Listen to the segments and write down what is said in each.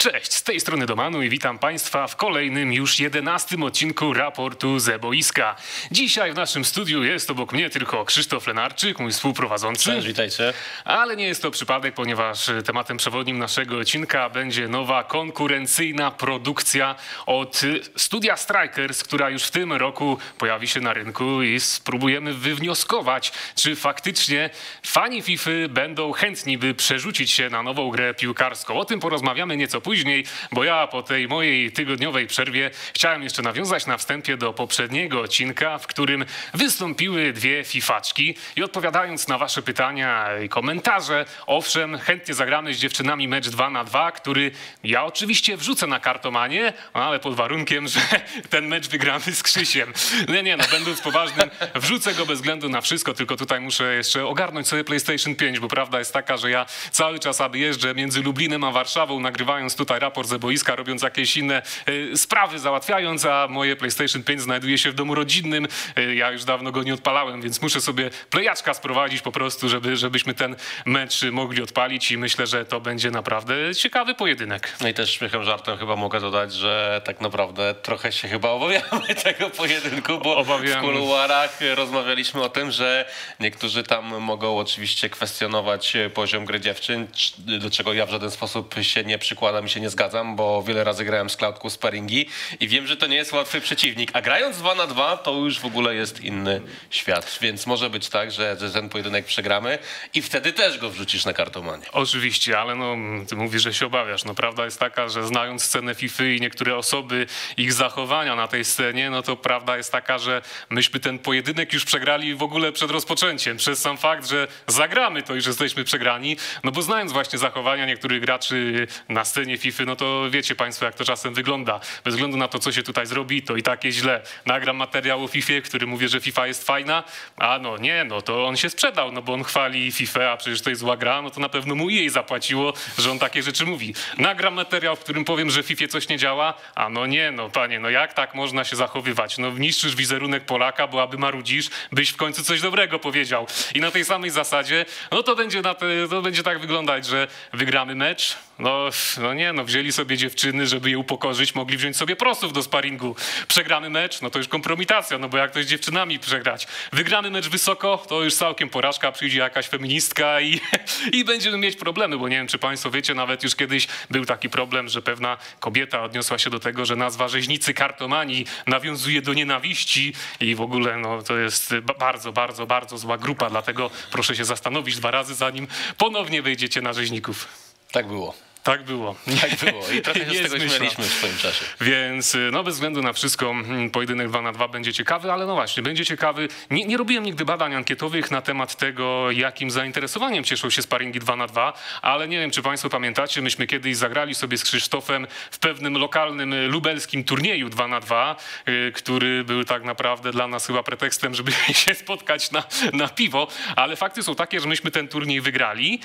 Cześć, z tej strony Domanu i witam Państwa w kolejnym już 11 odcinku raportu ze boiska. Dzisiaj w naszym studiu jest obok mnie tylko Krzysztof Lenarczyk, mój współprowadzący. Cześć, witajcie. Ale nie jest to przypadek, ponieważ tematem przewodnim naszego odcinka będzie nowa konkurencyjna produkcja od studia Strikers, która już w tym roku pojawi się na rynku i spróbujemy wywnioskować, czy faktycznie fani FIFA będą chętni, by przerzucić się na nową grę piłkarską. O tym porozmawiamy nieco później, bo ja po tej mojej tygodniowej przerwie chciałem jeszcze nawiązać na wstępie do poprzedniego odcinka, w którym wystąpiły dwie fifaczki i odpowiadając na wasze pytania i komentarze, owszem, chętnie zagramy z dziewczynami mecz 2 na 2, który ja oczywiście wrzucę na kartomanie, ale pod warunkiem, że ten mecz wygramy z Krzysiem. Nie, będąc poważnym, wrzucę go bez względu na wszystko, tylko tutaj muszę jeszcze ogarnąć sobie PlayStation 5, bo prawda jest taka, że ja cały czas jeżdżę między Lublinem a Warszawą, nagrywając tutaj raport ze boiska, robiąc jakieś inne sprawy, załatwiając, a moje PlayStation 5 znajduje się w domu rodzinnym. Ja już dawno go nie odpalałem, więc muszę sobie plejaczka sprowadzić po prostu, żebyśmy ten mecz mogli odpalić i myślę, że to będzie naprawdę ciekawy pojedynek. No i też śmiechem żartem chyba mogę dodać, że tak naprawdę trochę się chyba obawiamy tego pojedynku, bo w kuluarach rozmawialiśmy o tym, że niektórzy tam mogą oczywiście kwestionować poziom gry dziewczyn, do czego ja w żaden sposób się nie przykładam i się nie zgadzam, bo wiele razy grałem z Cloudku sparingi i wiem, że to nie jest łatwy przeciwnik, a grając 2 na 2 to już w ogóle jest inny świat, więc może być tak, że ten pojedynek przegramy i wtedy też go wrzucisz na kartomanie. Oczywiście, ale no, ty mówisz, że się obawiasz. No, prawda jest taka, że znając scenę FIFA i niektóre osoby, ich zachowania na tej scenie, no to prawda jest taka, że myśmy ten pojedynek już przegrali w ogóle przed rozpoczęciem. Przez sam fakt, że zagramy, to już jesteśmy przegrani. No bo znając właśnie zachowania niektórych graczy na scenie FIFA, no to wiecie Państwo, jak to czasem wygląda. Bez względu na to, co się tutaj zrobi, to i tak jest źle. Nagram materiał o FIFA, który mówi, że FIFA jest fajna, a no nie, no to on się sprzedał, no bo on chwali FIFA, a przecież to jest zła gra, no to na pewno mu jej zapłaciło, że on takie rzeczy mówi. Nagram materiał, w którym powiem, że w FIFA coś nie działa, a no nie, no panie, no jak tak można się zachowywać? No niszczysz wizerunek Polaka, bo aby marudzisz, byś w końcu coś dobrego powiedział. I na tej samej zasadzie, no to będzie tak wyglądać, że wygramy mecz, no wzięli sobie dziewczyny, żeby je upokorzyć, mogli wziąć sobie prosów do sparingu. Przegramy mecz, no to już kompromitacja, no bo jak to z dziewczynami przegrać. Wygramy mecz wysoko, to już całkiem porażka, przyjdzie jakaś feministka i będziemy mieć problemy, bo nie wiem, czy Państwo wiecie, nawet już kiedyś był taki problem, że pewna kobieta odniosła się do tego, że nazwa rzeźnicy kartomanii nawiązuje do nienawiści i w ogóle no to jest bardzo, bardzo, bardzo zła grupa, dlatego proszę się zastanowić 2 razy, zanim ponownie wejdziecie na rzeźników. Tak było. Tak było. Tak było i trochę się z tego śmialiśmy w swoim czasie. Więc no bez względu na wszystko pojedynek 2 na 2 będzie ciekawy, ale no właśnie, będzie ciekawy. Nie robiłem nigdy badań ankietowych na temat tego, jakim zainteresowaniem cieszą się sparingi 2 na 2, ale nie wiem, czy Państwo pamiętacie, myśmy kiedyś zagrali sobie z Krzysztofem w pewnym lokalnym lubelskim turnieju 2 na 2, który był tak naprawdę dla nas chyba pretekstem, żeby się spotkać na piwo, ale fakty są takie, że myśmy ten turniej wygrali.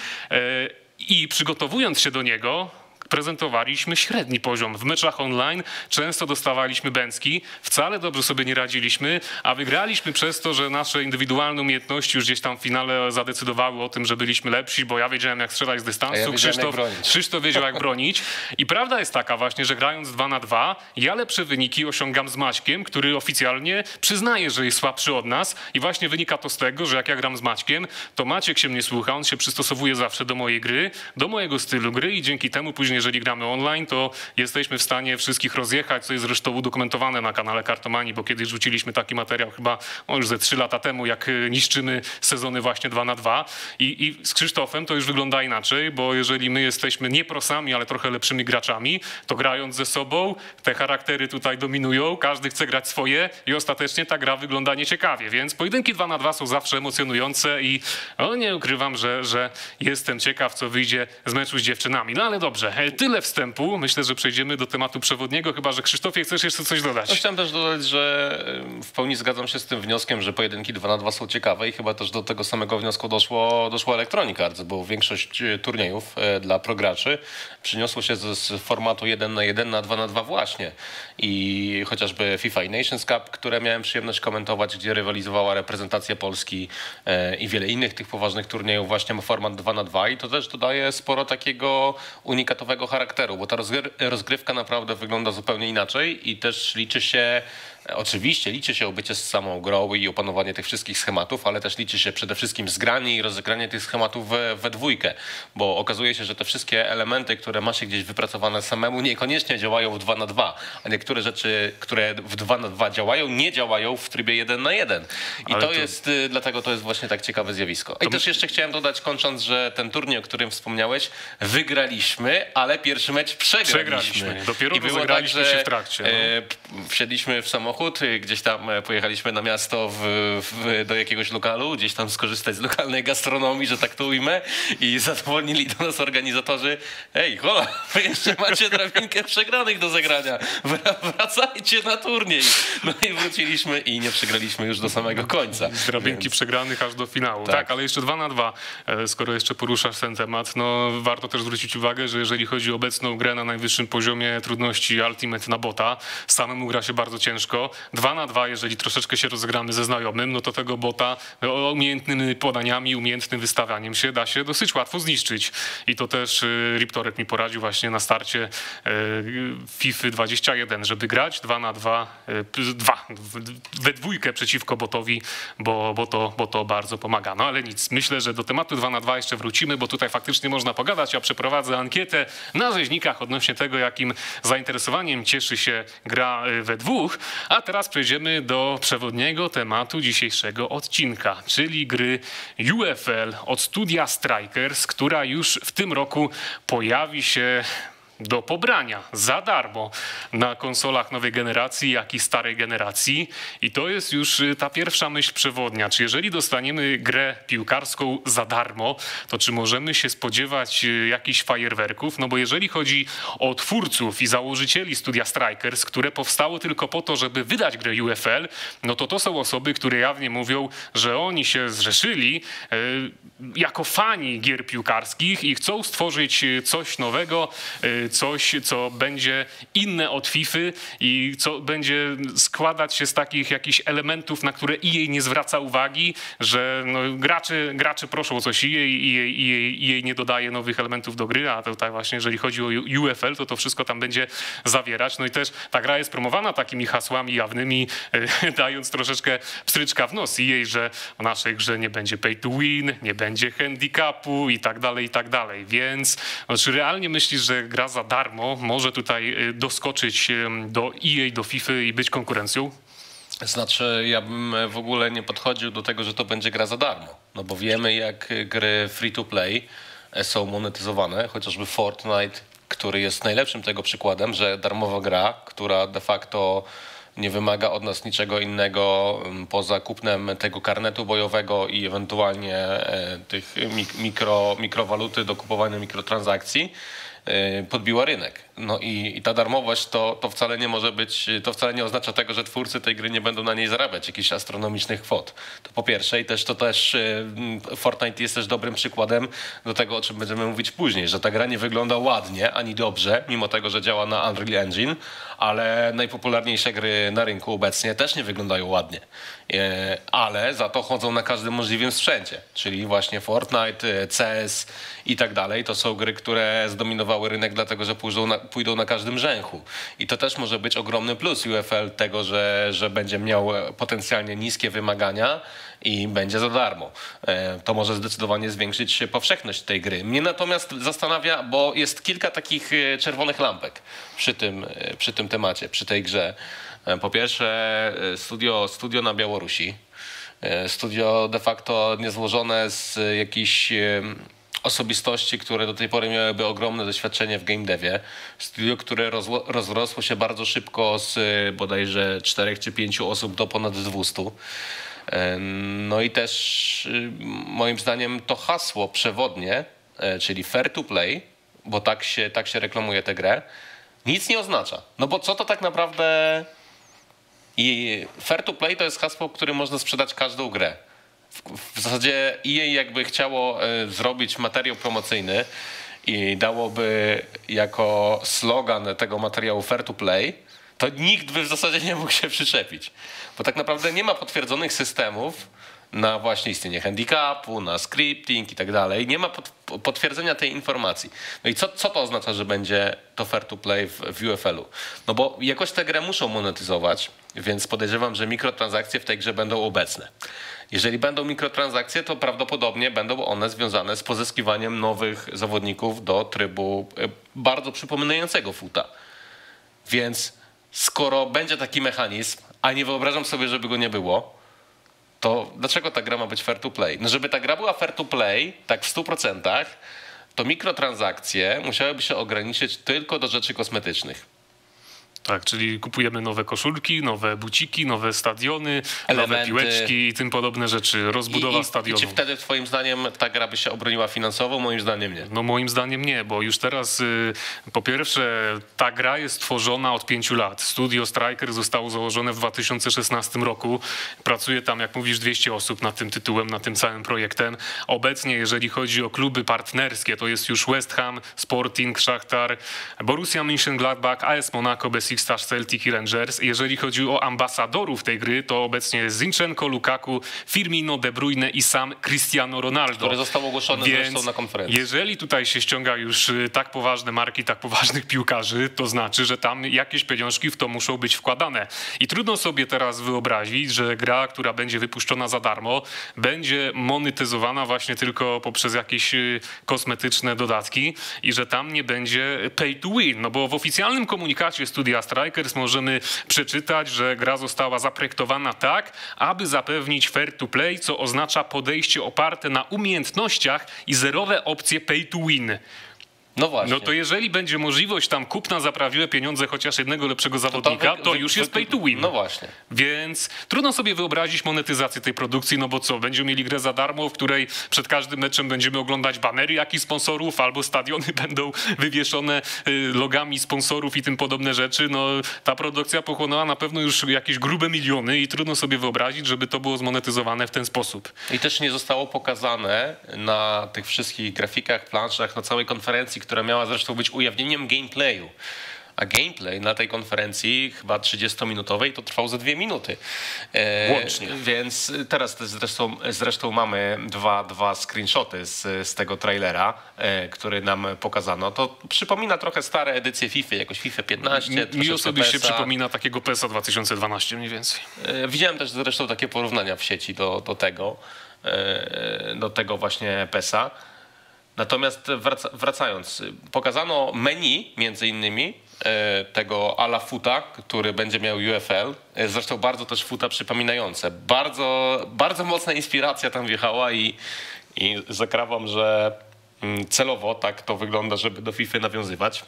I przygotowując się do niego, prezentowaliśmy średni poziom. W meczach online często dostawaliśmy bęcki, wcale dobrze sobie nie radziliśmy, a wygraliśmy przez to, że nasze indywidualne umiejętności już gdzieś tam w finale zadecydowały o tym, że byliśmy lepsi, bo ja wiedziałem, jak strzelać z dystansu, Krzysztof wiedział, jak bronić. I prawda jest taka właśnie, że grając 2 na 2, ja lepsze wyniki osiągam z Maćkiem, który oficjalnie przyznaje, że jest słabszy od nas i właśnie wynika to z tego, że jak ja gram z Maćkiem, to Maciek się mnie słucha, on się przystosowuje zawsze do mojej gry, do mojego stylu gry i dzięki temu później, jeżeli gramy online, to jesteśmy w stanie wszystkich rozjechać, co jest zresztą udokumentowane na kanale Kartomanii, bo kiedyś rzuciliśmy taki materiał chyba już ze 3 lata temu, jak niszczymy sezony właśnie 2 na 2 i z Krzysztofem to już wygląda inaczej, bo jeżeli my jesteśmy nie prosami, ale trochę lepszymi graczami, to grając ze sobą te charaktery tutaj dominują, każdy chce grać swoje i ostatecznie ta gra wygląda nieciekawie, więc pojedynki 2 na 2 są zawsze emocjonujące i nie ukrywam, że jestem ciekaw, co wyjdzie z meczu z dziewczynami. No ale dobrze, tyle wstępu. Myślę, że przejdziemy do tematu przewodniego, chyba że Krzysztofie chcesz jeszcze coś dodać. No, chciałem też dodać, że w pełni zgadzam się z tym wnioskiem, że pojedynki 2 na 2 są ciekawe i chyba też do tego samego wniosku doszło Electronic Arts, bo większość turniejów dla prograczy przyniosło się z formatu 1 na 1 na 2 na 2 właśnie. I chociażby FIFA i Nations Cup, które miałem przyjemność komentować, gdzie rywalizowała reprezentacja Polski i wiele innych tych poważnych turniejów właśnie ma format 2 na 2 i to też dodaje sporo takiego unikatowego całego charakteru, bo ta rozgrywka naprawdę wygląda zupełnie inaczej i też oczywiście liczy się bycie z samą grą i opanowanie tych wszystkich schematów, ale też liczy się przede wszystkim zgranie i rozegranie tych schematów we dwójkę, bo okazuje się, że te wszystkie elementy, które ma się gdzieś wypracowane samemu, niekoniecznie działają w 2 na 2, a niektóre rzeczy, które w 2 na 2 działają, nie działają w trybie 1 na 1. I dlatego to jest właśnie tak ciekawe zjawisko. I też jeszcze chciałem dodać, kończąc, że ten turniej, o którym wspomniałeś, wygraliśmy, ale pierwszy mecz przegraliśmy. Dopiero rozegraliśmy się w trakcie. Wsiedliśmy w samochód, gdzieś tam pojechaliśmy na miasto do jakiegoś lokalu, gdzieś tam skorzystać z lokalnej gastronomii, że tak to ujmę, i zadowolnili do nas organizatorzy: hej, hola, wy jeszcze macie drabinkę przegranych do zagrania, wracajcie na turniej. No i wróciliśmy i nie przegraliśmy już do samego końca. Drabinki przegranych aż do finału. Tak, ale jeszcze 2 na 2, skoro jeszcze poruszasz ten temat, no warto też zwrócić uwagę, że jeżeli chodzi o obecną grę na najwyższym poziomie trudności Ultimate na bota, samemu gra się bardzo ciężko. 2 na 2, jeżeli troszeczkę się rozegramy ze znajomym, no to tego bota umiejętnymi podaniami, umiejętnym wystawianiem się da się dosyć łatwo zniszczyć. I to też Riptorek mi poradził właśnie na starcie FIFA 21, żeby grać 2 na 2, we dwójkę przeciwko botowi, bo to bardzo pomaga. No ale nic, myślę, że do tematu 2 na 2 jeszcze wrócimy, bo tutaj faktycznie można pogadać. Ja przeprowadzę ankietę na rzeźnikach odnośnie tego, jakim zainteresowaniem cieszy się gra we dwóch. A teraz przejdziemy do przewodniego tematu dzisiejszego odcinka, czyli gry UFL od studia Strikers, która już w tym roku pojawi się do pobrania za darmo na konsolach nowej generacji, jak i starej generacji. I to jest już ta pierwsza myśl przewodnia. Czy jeżeli dostaniemy grę piłkarską za darmo, to czy możemy się spodziewać jakichś fajerwerków? No bo jeżeli chodzi o twórców i założycieli studia Strikers, które powstało tylko po to, żeby wydać grę UFL, no to są osoby, które jawnie mówią, że oni się zrzeszyli jako fani gier piłkarskich i chcą stworzyć coś nowego, coś, co będzie inne od FIFA i co będzie składać się z takich jakichś elementów, na które EA nie zwraca uwagi, że no, gracze proszą o coś EA nie dodaje nowych elementów do gry, a tutaj właśnie jeżeli chodzi o UFL, to wszystko tam będzie zawierać. No i też ta gra jest promowana takimi hasłami jawnymi, dając troszeczkę pstryczka w nos EA, że w naszej grze nie będzie pay to win, nie będzie handicapu i tak dalej. Więc no, czy realnie myślisz, że gra za darmo może tutaj doskoczyć do EA, do FIFA i być konkurencją? Znaczy, ja bym w ogóle nie podchodził do tego, że to będzie gra za darmo. No bo wiemy, jak gry free to play są monetyzowane, chociażby Fortnite, który jest najlepszym tego przykładem, że darmowa gra, która de facto nie wymaga od nas niczego innego poza kupnem tego karnetu bojowego i ewentualnie tych mikrowaluty do kupowania mikrotransakcji, podbiła rynek. No i ta darmowość to wcale nie może być, to wcale nie oznacza tego, że twórcy tej gry nie będą na niej zarabiać jakichś astronomicznych kwot. To po pierwsze, i to też Fortnite jest też dobrym przykładem do tego, o czym będziemy mówić później, że ta gra nie wygląda ładnie ani dobrze, mimo tego, że działa na Unreal Engine, ale najpopularniejsze gry na rynku obecnie też nie wyglądają ładnie. Ale za to chodzą na każdym możliwym sprzęcie, czyli właśnie Fortnite, CS i tak dalej. To są gry, które zdominowały rynek, dlatego że pójdą na każdym rzęchu. I to też może być ogromny plus UFL tego, że będzie miał potencjalnie niskie wymagania i będzie za darmo. To może zdecydowanie zwiększyć powszechność tej gry. Mnie natomiast zastanawia, bo jest kilka takich czerwonych lampek przy tym temacie, przy tej grze. Po pierwsze studio na Białorusi. Studio de facto niezłożone z jakichś osobistości, które do tej pory miałyby ogromne doświadczenie w game devie. Studio, które rozrosło się bardzo szybko z bodajże 4 czy 5 osób do ponad 200. No i też moim zdaniem to hasło przewodnie, czyli fair to play, bo tak się reklamuje tę grę, nic nie oznacza. No bo co to tak naprawdę... I fair to play to jest hasło, którym można sprzedać każdą grę. W zasadzie EA jakby chciało zrobić materiał promocyjny i dałoby jako slogan tego materiału fair to play, to nikt by w zasadzie nie mógł się przyczepić. Bo tak naprawdę nie ma potwierdzonych systemów, na właśnie istnienie handicapu, na scripting i tak dalej. Nie ma potwierdzenia tej informacji. No i co to oznacza, że będzie to fair to play w UFL-u? No bo jakoś tę grę muszą monetyzować, więc podejrzewam, że mikrotransakcje w tej grze będą obecne. Jeżeli będą mikrotransakcje, to prawdopodobnie będą one związane z pozyskiwaniem nowych zawodników do trybu bardzo przypominającego futa. Więc skoro będzie taki mechanizm, a nie wyobrażam sobie, żeby go nie było, to dlaczego ta gra ma być fair to play? No żeby ta gra była fair to play, tak w 100%, to mikrotransakcje musiałyby się ograniczyć tylko do rzeczy kosmetycznych. Tak, czyli kupujemy nowe koszulki, nowe buciki, nowe stadiony, nowe piłeczki i tym podobne rzeczy. Rozbudowa stadionu. I czy wtedy twoim zdaniem ta gra by się obroniła finansowo? Moim zdaniem nie. No moim zdaniem nie, bo już teraz po pierwsze ta gra jest tworzona od 5 lat. Studio Striker zostało założone w 2016 roku. Pracuje tam, jak mówisz, 200 osób nad tym tytułem, nad tym całym projektem. Obecnie, jeżeli chodzi o kluby partnerskie, to jest już West Ham, Sporting, Szachtar, Borussia Mönchengladbach, AS Monaco, Besiktas, Celtic i Rangers. Jeżeli chodzi o ambasadorów tej gry, to obecnie jest Zinchenko, Lukaku, Firmino, De Bruyne i sam Cristiano Ronaldo. Który został ogłoszony zresztą na konferencji. Jeżeli tutaj się ściąga już tak poważne marki, tak poważnych piłkarzy, to znaczy, że tam jakieś pieniążki w to muszą być wkładane. I trudno sobie teraz wyobrazić, że gra, która będzie wypuszczona za darmo, będzie monetyzowana właśnie tylko poprzez jakieś kosmetyczne dodatki i że tam nie będzie pay to win. No bo w oficjalnym komunikacie studia Strikers możemy przeczytać, że gra została zaprojektowana tak, aby zapewnić fair to play, co oznacza podejście oparte na umiejętnościach i zerowe opcje pay to win. No właśnie. No to jeżeli będzie możliwość tam kupna za prawdziwe pieniądze chociaż jednego lepszego zawodnika, to już jest pay to win. No właśnie. Więc trudno sobie wyobrazić monetyzację tej produkcji, no bo co, będziemy mieli grę za darmo, w której przed każdym meczem będziemy oglądać banery jakichś sponsorów, albo stadiony będą wywieszone logami sponsorów i tym podobne rzeczy. No ta produkcja pochłonęła na pewno już jakieś grube miliony i trudno sobie wyobrazić, żeby to było zmonetyzowane w ten sposób. I też nie zostało pokazane na tych wszystkich grafikach, planszach, na całej konferencji, która miała zresztą być ujawnieniem gameplayu. A gameplay na tej konferencji, chyba 30-minutowej, to trwał ze 2 minuty. Łącznie. Więc teraz zresztą mamy dwa screenshoty z tego trailera, który nam pokazano. To przypomina trochę stare edycje FIFA, jakoś FIFA 15. Mi osobiście przypomina takiego PES-a 2012 mniej więcej. Widziałem też zresztą takie porównania w sieci do tego właśnie PES-a. Natomiast wracając, pokazano menu między innymi tego ala futa, który będzie miał UFL. Zresztą bardzo też futa przypominające. Bardzo mocna inspiracja tam wjechała i zakrawam, że celowo tak to wygląda, żeby do FIFA nawiązywać.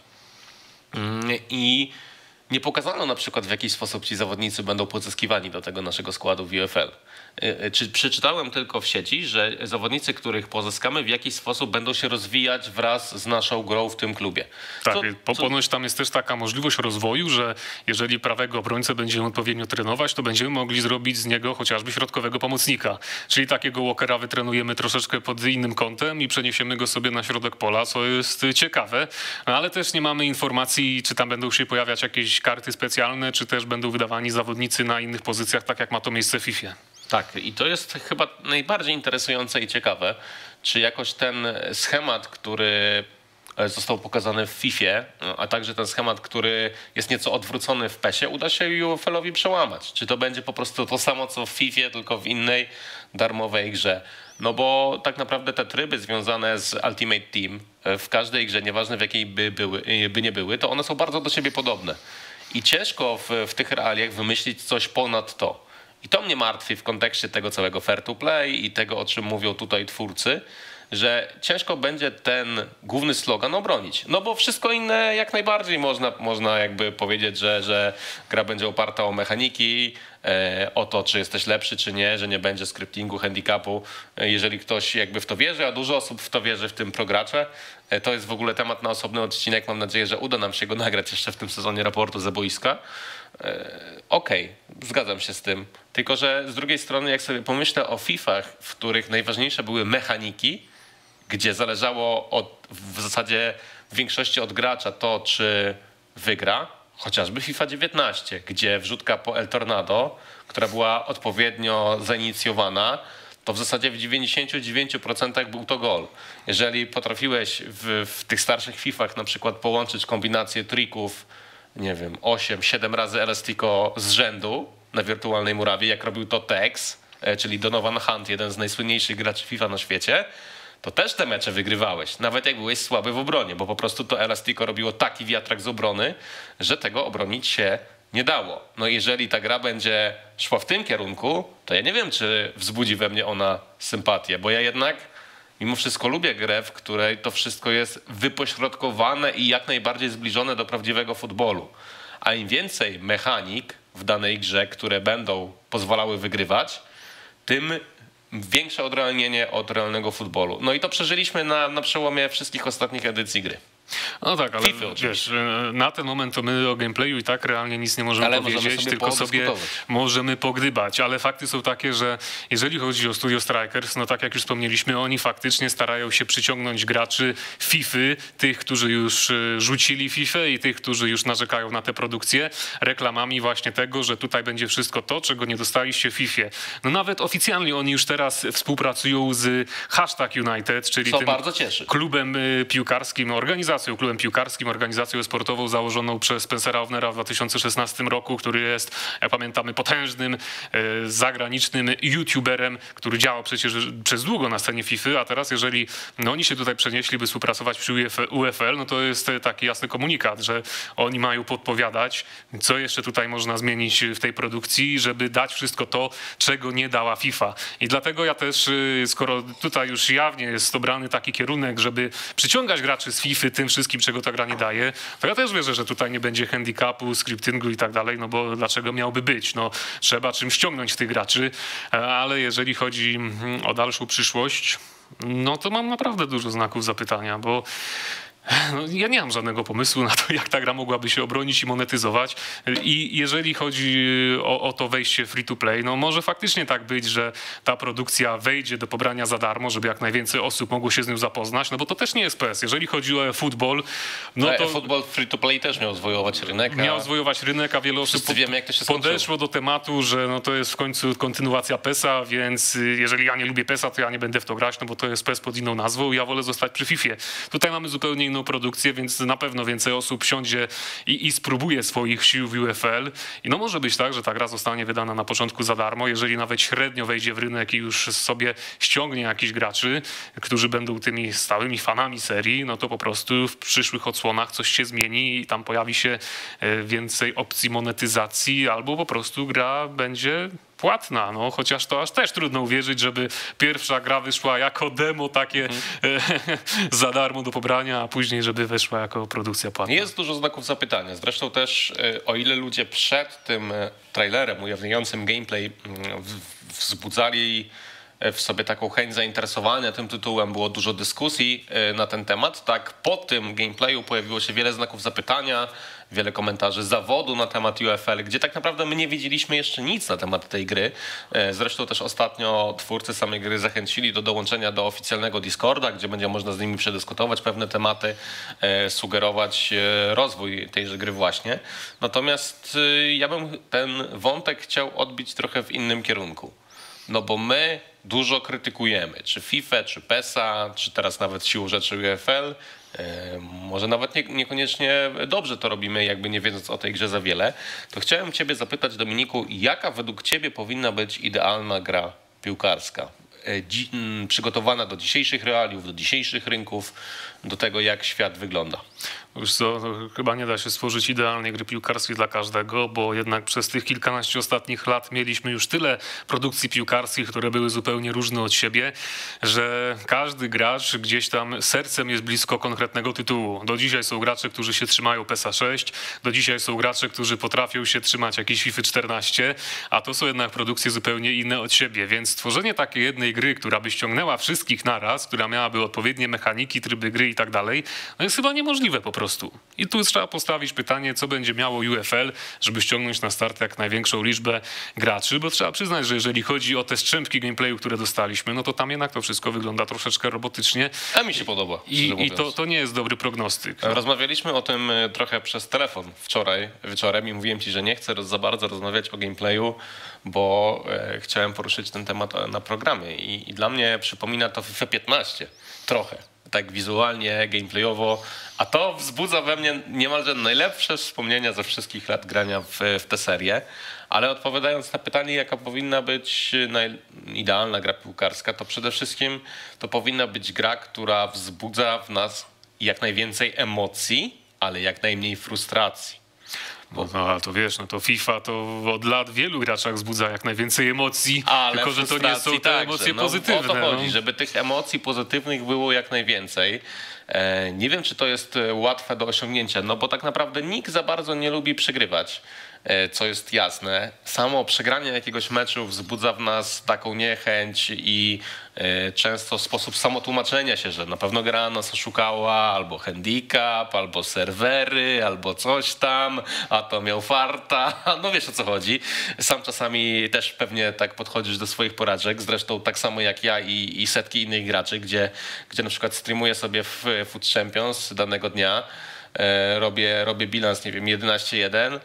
I nie pokazano na przykład, w jaki sposób ci zawodnicy będą pozyskiwani do tego naszego składu w UFL. Przeczytałem tylko w sieci, że zawodnicy, których pozyskamy, w jakiś sposób będą się rozwijać wraz z naszą grą w tym klubie. Tak, ponoć tam jest też taka możliwość rozwoju, że jeżeli prawego obrońcę będziemy odpowiednio trenować, to będziemy mogli zrobić z niego chociażby środkowego pomocnika. Czyli takiego Walkera wytrenujemy troszeczkę pod innym kątem i przeniesiemy go sobie na środek pola, co jest ciekawe. No, ale też nie mamy informacji, czy tam będą się pojawiać jakieś karty specjalne, czy też będą wydawani zawodnicy na innych pozycjach, tak jak ma to miejsce w FIFA. Tak, i to jest chyba najbardziej interesujące i ciekawe, czy jakoś ten schemat, który został pokazany w FIFA, a także ten schemat, który jest nieco odwrócony w PES-ie, uda się UFL-owi przełamać. Czy to będzie po prostu to samo, co w FIFA, tylko w innej darmowej grze. No bo tak naprawdę te tryby związane z Ultimate Team w każdej grze, nieważne w jakiej by nie były, to one są bardzo do siebie podobne. I ciężko w tych realiach wymyślić coś ponad to. I to mnie martwi w kontekście tego całego fair to play i tego, o czym mówią tutaj twórcy, że ciężko będzie ten główny slogan obronić. No bo wszystko inne jak najbardziej można jakby powiedzieć, że gra będzie oparta o mechaniki, o to, czy jesteś lepszy, czy nie, że nie będzie scriptingu, handicapu. Jeżeli ktoś jakby w to wierzy, a dużo osób w to wierzy, w tym progracze, to jest w ogóle temat na osobny odcinek. Mam nadzieję, że uda nam się go nagrać jeszcze w tym sezonie raportu ze boiska. Okej, zgadzam się z tym. Tylko że z drugiej strony, jak sobie pomyślę o FIFach, w których najważniejsze były mechaniki, gdzie zależało w zasadzie w większości od gracza to, czy wygra, chociażby FIFA 19, gdzie wrzutka po El Tornado, która była odpowiednio zainicjowana, to w zasadzie w 99% był to gol. Jeżeli potrafiłeś w tych starszych Fifach na przykład połączyć kombinację trików, nie wiem, 8-7 razy elastico z rzędu na wirtualnej murawie, jak robił to Tex, czyli Donovan Hunt, jeden z najsłynniejszych graczy FIFA na świecie, to też te mecze wygrywałeś, nawet jak byłeś słaby w obronie, bo po prostu to elastico robiło taki wiatrak z obrony, że tego obronić się nie dało. No jeżeli ta gra będzie szła w tym kierunku, to ja nie wiem, czy wzbudzi we mnie ona sympatię, bo ja jednak mimo wszystko lubię grę, w której to wszystko jest wypośrodkowane i jak najbardziej zbliżone do prawdziwego futbolu. A im więcej mechanik w danej grze, które będą pozwalały wygrywać, tym większe odrealnienie od realnego futbolu. No i to przeżyliśmy na przełomie wszystkich ostatnich edycji gry. No tak, ale wiesz, na ten moment to my o gameplayu i tak realnie nic nie możemy powiedzieć, tylko sobie możemy pogdybać, ale fakty są takie, że jeżeli chodzi o Studio Strikers, no tak jak już wspomnieliśmy, oni faktycznie starają się przyciągnąć graczy Fify, tych, którzy już rzucili Fifę i tych, którzy już narzekają na te produkcje, reklamami właśnie tego, że tutaj będzie wszystko to, czego nie dostaliście w Fifie. No nawet oficjalnie oni już teraz współpracują z #United, czyli tym bardzo cieszy. klubem piłkarskim, klubem piłkarskim, organizacją sportową założoną przez Spencera Ovnera w 2016 roku, który jest, jak pamiętamy, potężnym, zagranicznym youtuberem, który działał przecież przez długo na scenie FIFA, a teraz jeżeli oni się tutaj przenieśli, by współpracować przy UFL, no to jest taki jasny komunikat, że oni mają podpowiadać, co jeszcze tutaj można zmienić w tej produkcji, żeby dać wszystko to, czego nie dała FIFA. I dlatego ja też, skoro tutaj już jawnie jest obrany taki kierunek, żeby przyciągać graczy z FIFA tym wszystkim, czego ta gra nie daje, to ja też wierzę, że tutaj nie będzie handicapu, scriptingu i tak dalej, no bo dlaczego miałby być? No trzeba czymś ściągnąć tych graczy, ale jeżeli chodzi o dalszą przyszłość, no to mam naprawdę dużo znaków zapytania, bo no, ja nie mam żadnego pomysłu na to, jak ta gra mogłaby się obronić i monetyzować. I jeżeli chodzi o to wejście free to play, no może faktycznie tak być, że ta produkcja wejdzie do pobrania za darmo, żeby jak najwięcej osób mogło się z nią zapoznać, no bo to też nie jest PS. Jeżeli chodzi o futbol, no to futbol free to play też miał zwojować rynek. Miał zwojować rynek, a wiele osób wiemy, jak to się podeszło do tematu, że no to jest w końcu kontynuacja PES-a, więc jeżeli ja nie lubię PES-a, to ja nie będę w to grać, no bo to jest PES pod inną nazwą i ja wolę zostać przy FIFA. Tutaj mamy zupełnie inną produkcję, więc na pewno więcej osób siądzie i spróbuje swoich sił w UFL. I no może być tak, że ta gra zostanie wydana na początku za darmo, jeżeli nawet średnio wejdzie w rynek i już sobie ściągnie jakichś graczy, którzy będą tymi stałymi fanami serii, no to po prostu w przyszłych odsłonach coś się zmieni i tam pojawi się więcej opcji monetyzacji, albo po prostu gra będzie płatna, no chociaż to aż też trudno uwierzyć, żeby pierwsza gra wyszła jako demo takie za darmo do pobrania, a później żeby wyszła jako produkcja płatna. Jest dużo znaków zapytania. Zresztą też o ile ludzie przed tym trailerem ujawniającym gameplay wzbudzali w sobie taką chęć zainteresowania tym tytułem, było dużo dyskusji na ten temat, tak po tym gameplayu pojawiło się wiele znaków zapytania, wiele komentarzy zawodu na temat UFL, gdzie tak naprawdę my nie wiedzieliśmy jeszcze nic na temat tej gry. Zresztą też ostatnio twórcy samej gry zachęcili do dołączenia do oficjalnego Discorda, gdzie będzie można z nimi przedyskutować pewne tematy, sugerować rozwój tejże gry właśnie. Natomiast ja bym ten wątek chciał odbić trochę w innym kierunku. No bo my dużo krytykujemy, czy FIFA, czy PES-a, czy teraz nawet siłą rzeczy UFL. Może nawet niekoniecznie dobrze to robimy, jakby nie wiedząc o tej grze za wiele. To chciałem ciebie zapytać, Dominiku, jaka według ciebie powinna być idealna gra piłkarska? Przygotowana do dzisiejszych realiów, do dzisiejszych rynków, do tego, jak świat wygląda. Już co, chyba nie da się stworzyć idealnej gry piłkarskiej dla każdego, bo jednak przez tych kilkanaście ostatnich lat mieliśmy już tyle produkcji piłkarskich, które były zupełnie różne od siebie, że każdy gracz gdzieś tam sercem jest blisko konkretnego tytułu. Do dzisiaj są gracze, którzy się trzymają PES-a 6, do dzisiaj są gracze, którzy potrafią się trzymać jakiejś FIFA 14, a to są jednak produkcje zupełnie inne od siebie, więc stworzenie takiej jednej gry, która by ściągnęła wszystkich naraz, która miałaby odpowiednie mechaniki, tryby gry i tak dalej, no jest chyba niemożliwe po prostu. prostu. I tu trzeba postawić pytanie, co będzie miało UFL, żeby ściągnąć na start jak największą liczbę graczy, bo trzeba przyznać, że jeżeli chodzi o te strzępki gameplayu, które dostaliśmy, no to tam jednak to wszystko wygląda troszeczkę robotycznie. A mi się podoba. I to nie jest dobry prognostyk. Rozmawialiśmy o tym trochę przez telefon wczoraj wieczorem i mówiłem ci, że nie chcę za bardzo rozmawiać o gameplayu, bo chciałem poruszyć ten temat na programie i dla mnie przypomina to FIFA 15 trochę. Tak wizualnie, gameplayowo, a to wzbudza we mnie niemalże najlepsze wspomnienia ze wszystkich lat grania w tę serię. Ale odpowiadając na pytanie, jaka powinna być idealna gra piłkarska, to przede wszystkim to powinna być gra, która wzbudza w nas jak najwięcej emocji, ale jak najmniej frustracji. No to wiesz, no to FIFA to od lat w wielu graczach wzbudza jak najwięcej emocji, ale tylko że to nie są te emocje pozytywne. O to chodzi, żeby tych emocji pozytywnych było jak najwięcej. Nie wiem, czy to jest łatwe do osiągnięcia, no bo tak naprawdę nikt za bardzo nie lubi przegrywać, co jest jasne. Samo przegranie jakiegoś meczu wzbudza w nas taką niechęć i często sposób samotłumaczenia się, że na pewno gra nas oszukała, albo handicap, albo serwery, albo coś tam, a to miał farta. No wiesz, o co chodzi. Sam czasami też pewnie tak podchodzisz do swoich porażek, zresztą tak samo jak ja i setki innych graczy, gdzie na przykład streamuję sobie w Foot Champions danego dnia, robię bilans, nie wiem, 11-1,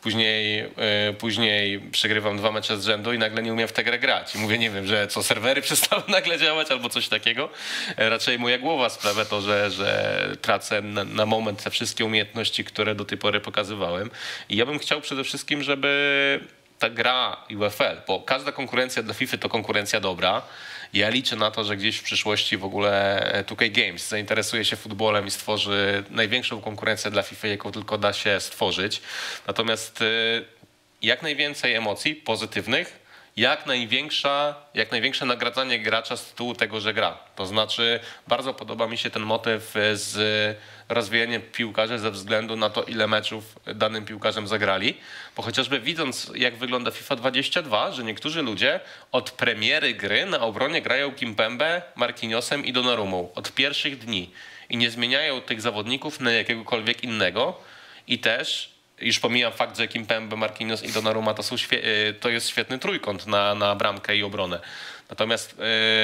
później przegrywam 2 mecze z rzędu i nagle nie umiem w tę grę grać. I mówię, nie wiem, że co, serwery przestały nagle działać albo coś takiego. Raczej moja głowa sprawia to, że tracę na moment te wszystkie umiejętności, które do tej pory pokazywałem. I ja bym chciał przede wszystkim, żeby ta gra UFL, bo każda konkurencja dla FIFA to konkurencja dobra. Ja liczę na to, że gdzieś w przyszłości w ogóle 2K Games zainteresuje się futbolem i stworzy największą konkurencję dla FIFA, jaką tylko da się stworzyć. Natomiast jak najwięcej emocji pozytywnych, jak największe nagradzanie gracza z tytułu tego, że gra. To znaczy bardzo podoba mi się ten motyw z rozwijaniem piłkarzy ze względu na to, ile meczów danym piłkarzem zagrali. Bo chociażby widząc, jak wygląda FIFA 22, że niektórzy ludzie od premiery gry na obronie grają Kimpembę, Marquinhosem i Donnarumą od pierwszych dni i nie zmieniają tych zawodników na jakiegokolwiek innego. I też już pomijam fakt, że Kimpembe, Marquinhos i Donnarumma to jest świetny trójkąt na bramkę i obronę. Natomiast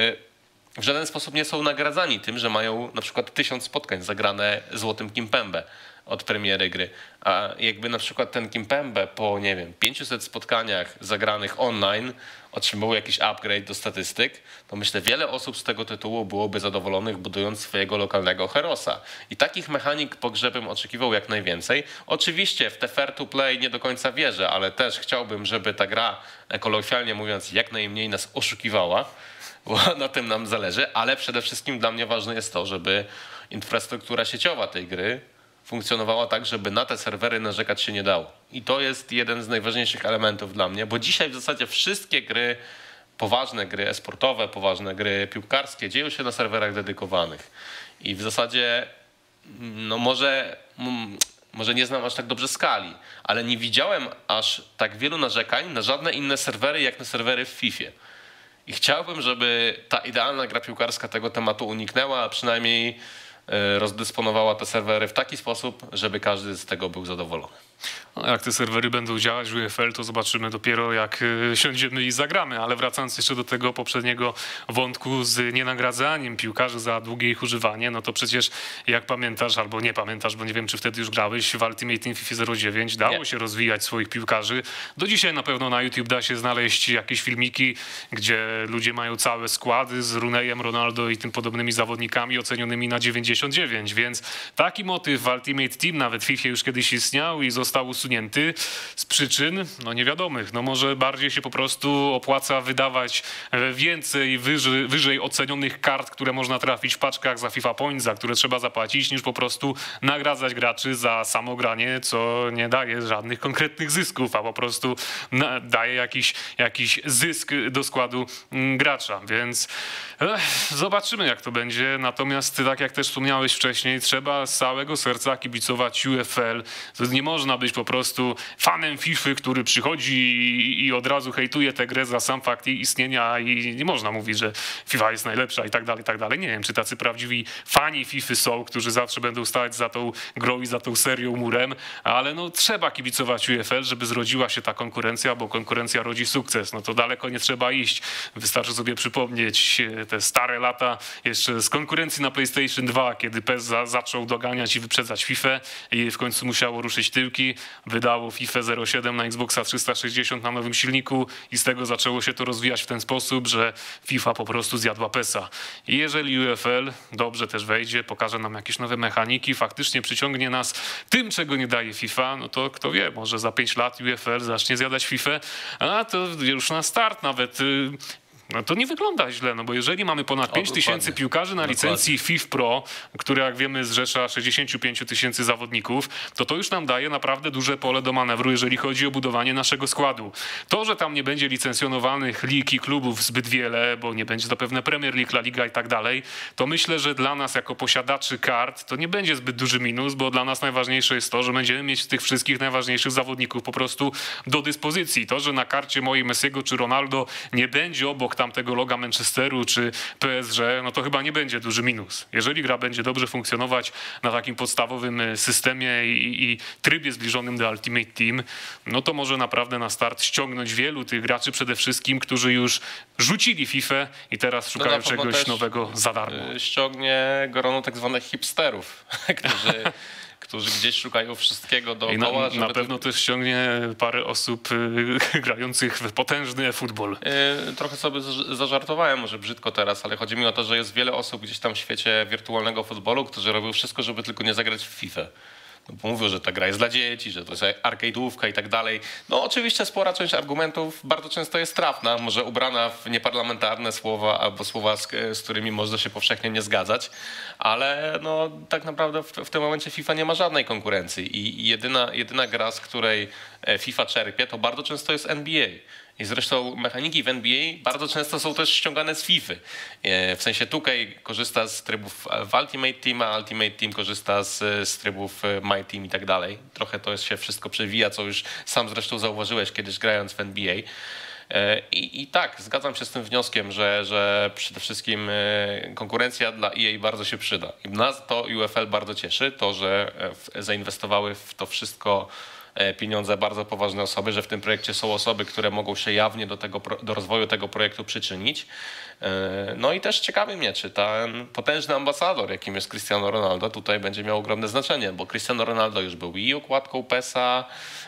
w żaden sposób nie są nagradzani tym, że mają na przykład 1000 spotkań zagrane złotym Kimpembe od premiery gry. A jakby na przykład ten Kimpembe po, nie wiem, 500 spotkaniach zagranych online otrzymał jakiś upgrade do statystyk, to myślę, wiele osób z tego tytułu byłoby zadowolonych, budując swojego lokalnego herosa. I takich mechanik po grze bym oczekiwał jak najwięcej. Oczywiście w te fair to play nie do końca wierzę, ale też chciałbym, żeby ta gra, kolokwialnie mówiąc, jak najmniej nas oszukiwała, bo na tym nam zależy, ale przede wszystkim dla mnie ważne jest to, żeby infrastruktura sieciowa tej gry funkcjonowała tak, żeby na te serwery narzekać się nie dało. I to jest jeden z najważniejszych elementów dla mnie, bo dzisiaj w zasadzie wszystkie gry, poważne gry e-sportowe, poważne gry piłkarskie dzieją się na serwerach dedykowanych. I w zasadzie, no może nie znam aż tak dobrze skali, ale nie widziałem aż tak wielu narzekań na żadne inne serwery, jak na serwery w FIFA. I chciałbym, żeby ta idealna gra piłkarska tego tematu uniknęła, a przynajmniej rozdysponowała te serwery w taki sposób, żeby każdy z tego był zadowolony. No, jak te serwery będą działać w UFL, to zobaczymy dopiero, jak siądziemy i zagramy. Ale wracając jeszcze do tego poprzedniego wątku z nienagradzaniem piłkarzy za długie ich używanie, no to przecież jak pamiętasz albo nie pamiętasz, bo nie wiem, czy wtedy już grałeś, w Ultimate Team FIFA 09 dało się rozwijać swoich piłkarzy. Do dzisiaj na pewno na YouTube da się znaleźć jakieś filmiki, gdzie ludzie mają całe składy z Rooneyem, Ronaldo i tym podobnymi zawodnikami ocenionymi na 99, więc taki motyw w Ultimate Team nawet w FIFA już kiedyś istniał i został usunięty z przyczyn niewiadomych. No może bardziej się po prostu opłaca wydawać więcej wyżej ocenionych kart, które można trafić w paczkach za FIFA Points, za które trzeba zapłacić, niż po prostu nagradzać graczy za samo granie, co nie daje żadnych konkretnych zysków, a po prostu daje jakiś zysk do składu gracza. Więc zobaczymy, jak to będzie. Natomiast tak jak też wspomniałeś wcześniej, trzeba z całego serca kibicować UFL. Nie można być po prostu fanem FIFA, który przychodzi i od razu hejtuje tę grę za sam fakt jej istnienia i nie można mówić, że FIFA jest najlepsza i tak dalej, i tak dalej. Nie wiem, czy tacy prawdziwi fani FIFA są, którzy zawsze będą stać za tą grą i za tą serią murem, ale no trzeba kibicować UFL, żeby zrodziła się ta konkurencja, bo konkurencja rodzi sukces. No to daleko nie trzeba iść. Wystarczy sobie przypomnieć te stare lata jeszcze z konkurencji na PlayStation 2, kiedy PES zaczął doganiać i wyprzedzać FIFA i w końcu musiało ruszyć tyłki. Wydało FIFA 07 na Xboxa 360 na nowym silniku i z tego zaczęło się to rozwijać w ten sposób, że FIFA po prostu zjadła PESa. I jeżeli UFL dobrze też wejdzie, pokaże nam jakieś nowe mechaniki, faktycznie przyciągnie nas tym, czego nie daje FIFA, no to kto wie, może za 5 lat UFL zacznie zjadać FIFA, a to już na start nawet... No to nie wygląda źle, no bo jeżeli mamy ponad 5 tysięcy piłkarzy na licencji FIFA Pro, które jak wiemy zrzesza 65 tysięcy zawodników, to już nam daje naprawdę duże pole do manewru, jeżeli chodzi o budowanie naszego składu. To, że tam nie będzie licencjonowanych lig i klubów zbyt wiele, bo nie będzie zapewne Premier League, La Liga i tak dalej, to myślę, że dla nas jako posiadaczy kart to nie będzie zbyt duży minus, bo dla nas najważniejsze jest to, że będziemy mieć tych wszystkich najważniejszych zawodników po prostu do dyspozycji. To, że na karcie mojej Messiego czy Ronaldo nie będzie obok tamtego loga Manchesteru czy PSG, no to chyba nie będzie duży minus. Jeżeli gra będzie dobrze funkcjonować na takim podstawowym systemie i trybie zbliżonym do Ultimate Team, no to może naprawdę na start ściągnąć wielu tych graczy, przede wszystkim, którzy już rzucili FIFA i teraz szukają czegoś nowego za darmo. Ściągnie grono tak zwanych hipsterów, którzy gdzieś szukają wszystkiego dookoła. Na pewno też ściągnie parę osób grających w potężny futbol. Trochę sobie zażartowałem, może brzydko teraz, ale chodzi mi o to, że jest wiele osób gdzieś tam w świecie wirtualnego futbolu, którzy robią wszystko, żeby tylko nie zagrać w FIFA. No, bo mówią, że ta gra jest dla dzieci, że to jest arcade'ówka i tak dalej. No oczywiście spora część argumentów bardzo często jest trafna, może ubrana w nieparlamentarne słowa albo słowa, z którymi można się powszechnie nie zgadzać, ale no tak naprawdę w tym momencie FIFA nie ma żadnej konkurencji i jedyna gra, z której FIFA czerpie, to bardzo często jest NBA. I zresztą mechaniki w NBA bardzo często są też ściągane z FIFA. W sensie 2K korzysta z trybów w Ultimate Team, a Ultimate Team korzysta z trybów My Team i tak dalej. Trochę to się wszystko przewija, co już sam zresztą zauważyłeś kiedyś grając w NBA. I tak, zgadzam się z tym wnioskiem, że przede wszystkim konkurencja dla EA bardzo się przyda. I nas to UFL bardzo cieszy, to, że zainwestowały w to wszystko pieniądze bardzo poważne osoby, że w tym projekcie są osoby, które mogą się jawnie do rozwoju tego projektu przyczynić. No i też ciekawi mnie, czy ten potężny ambasador, jakim jest Cristiano Ronaldo, tutaj będzie miał ogromne znaczenie, bo Cristiano Ronaldo już był i okładką PESa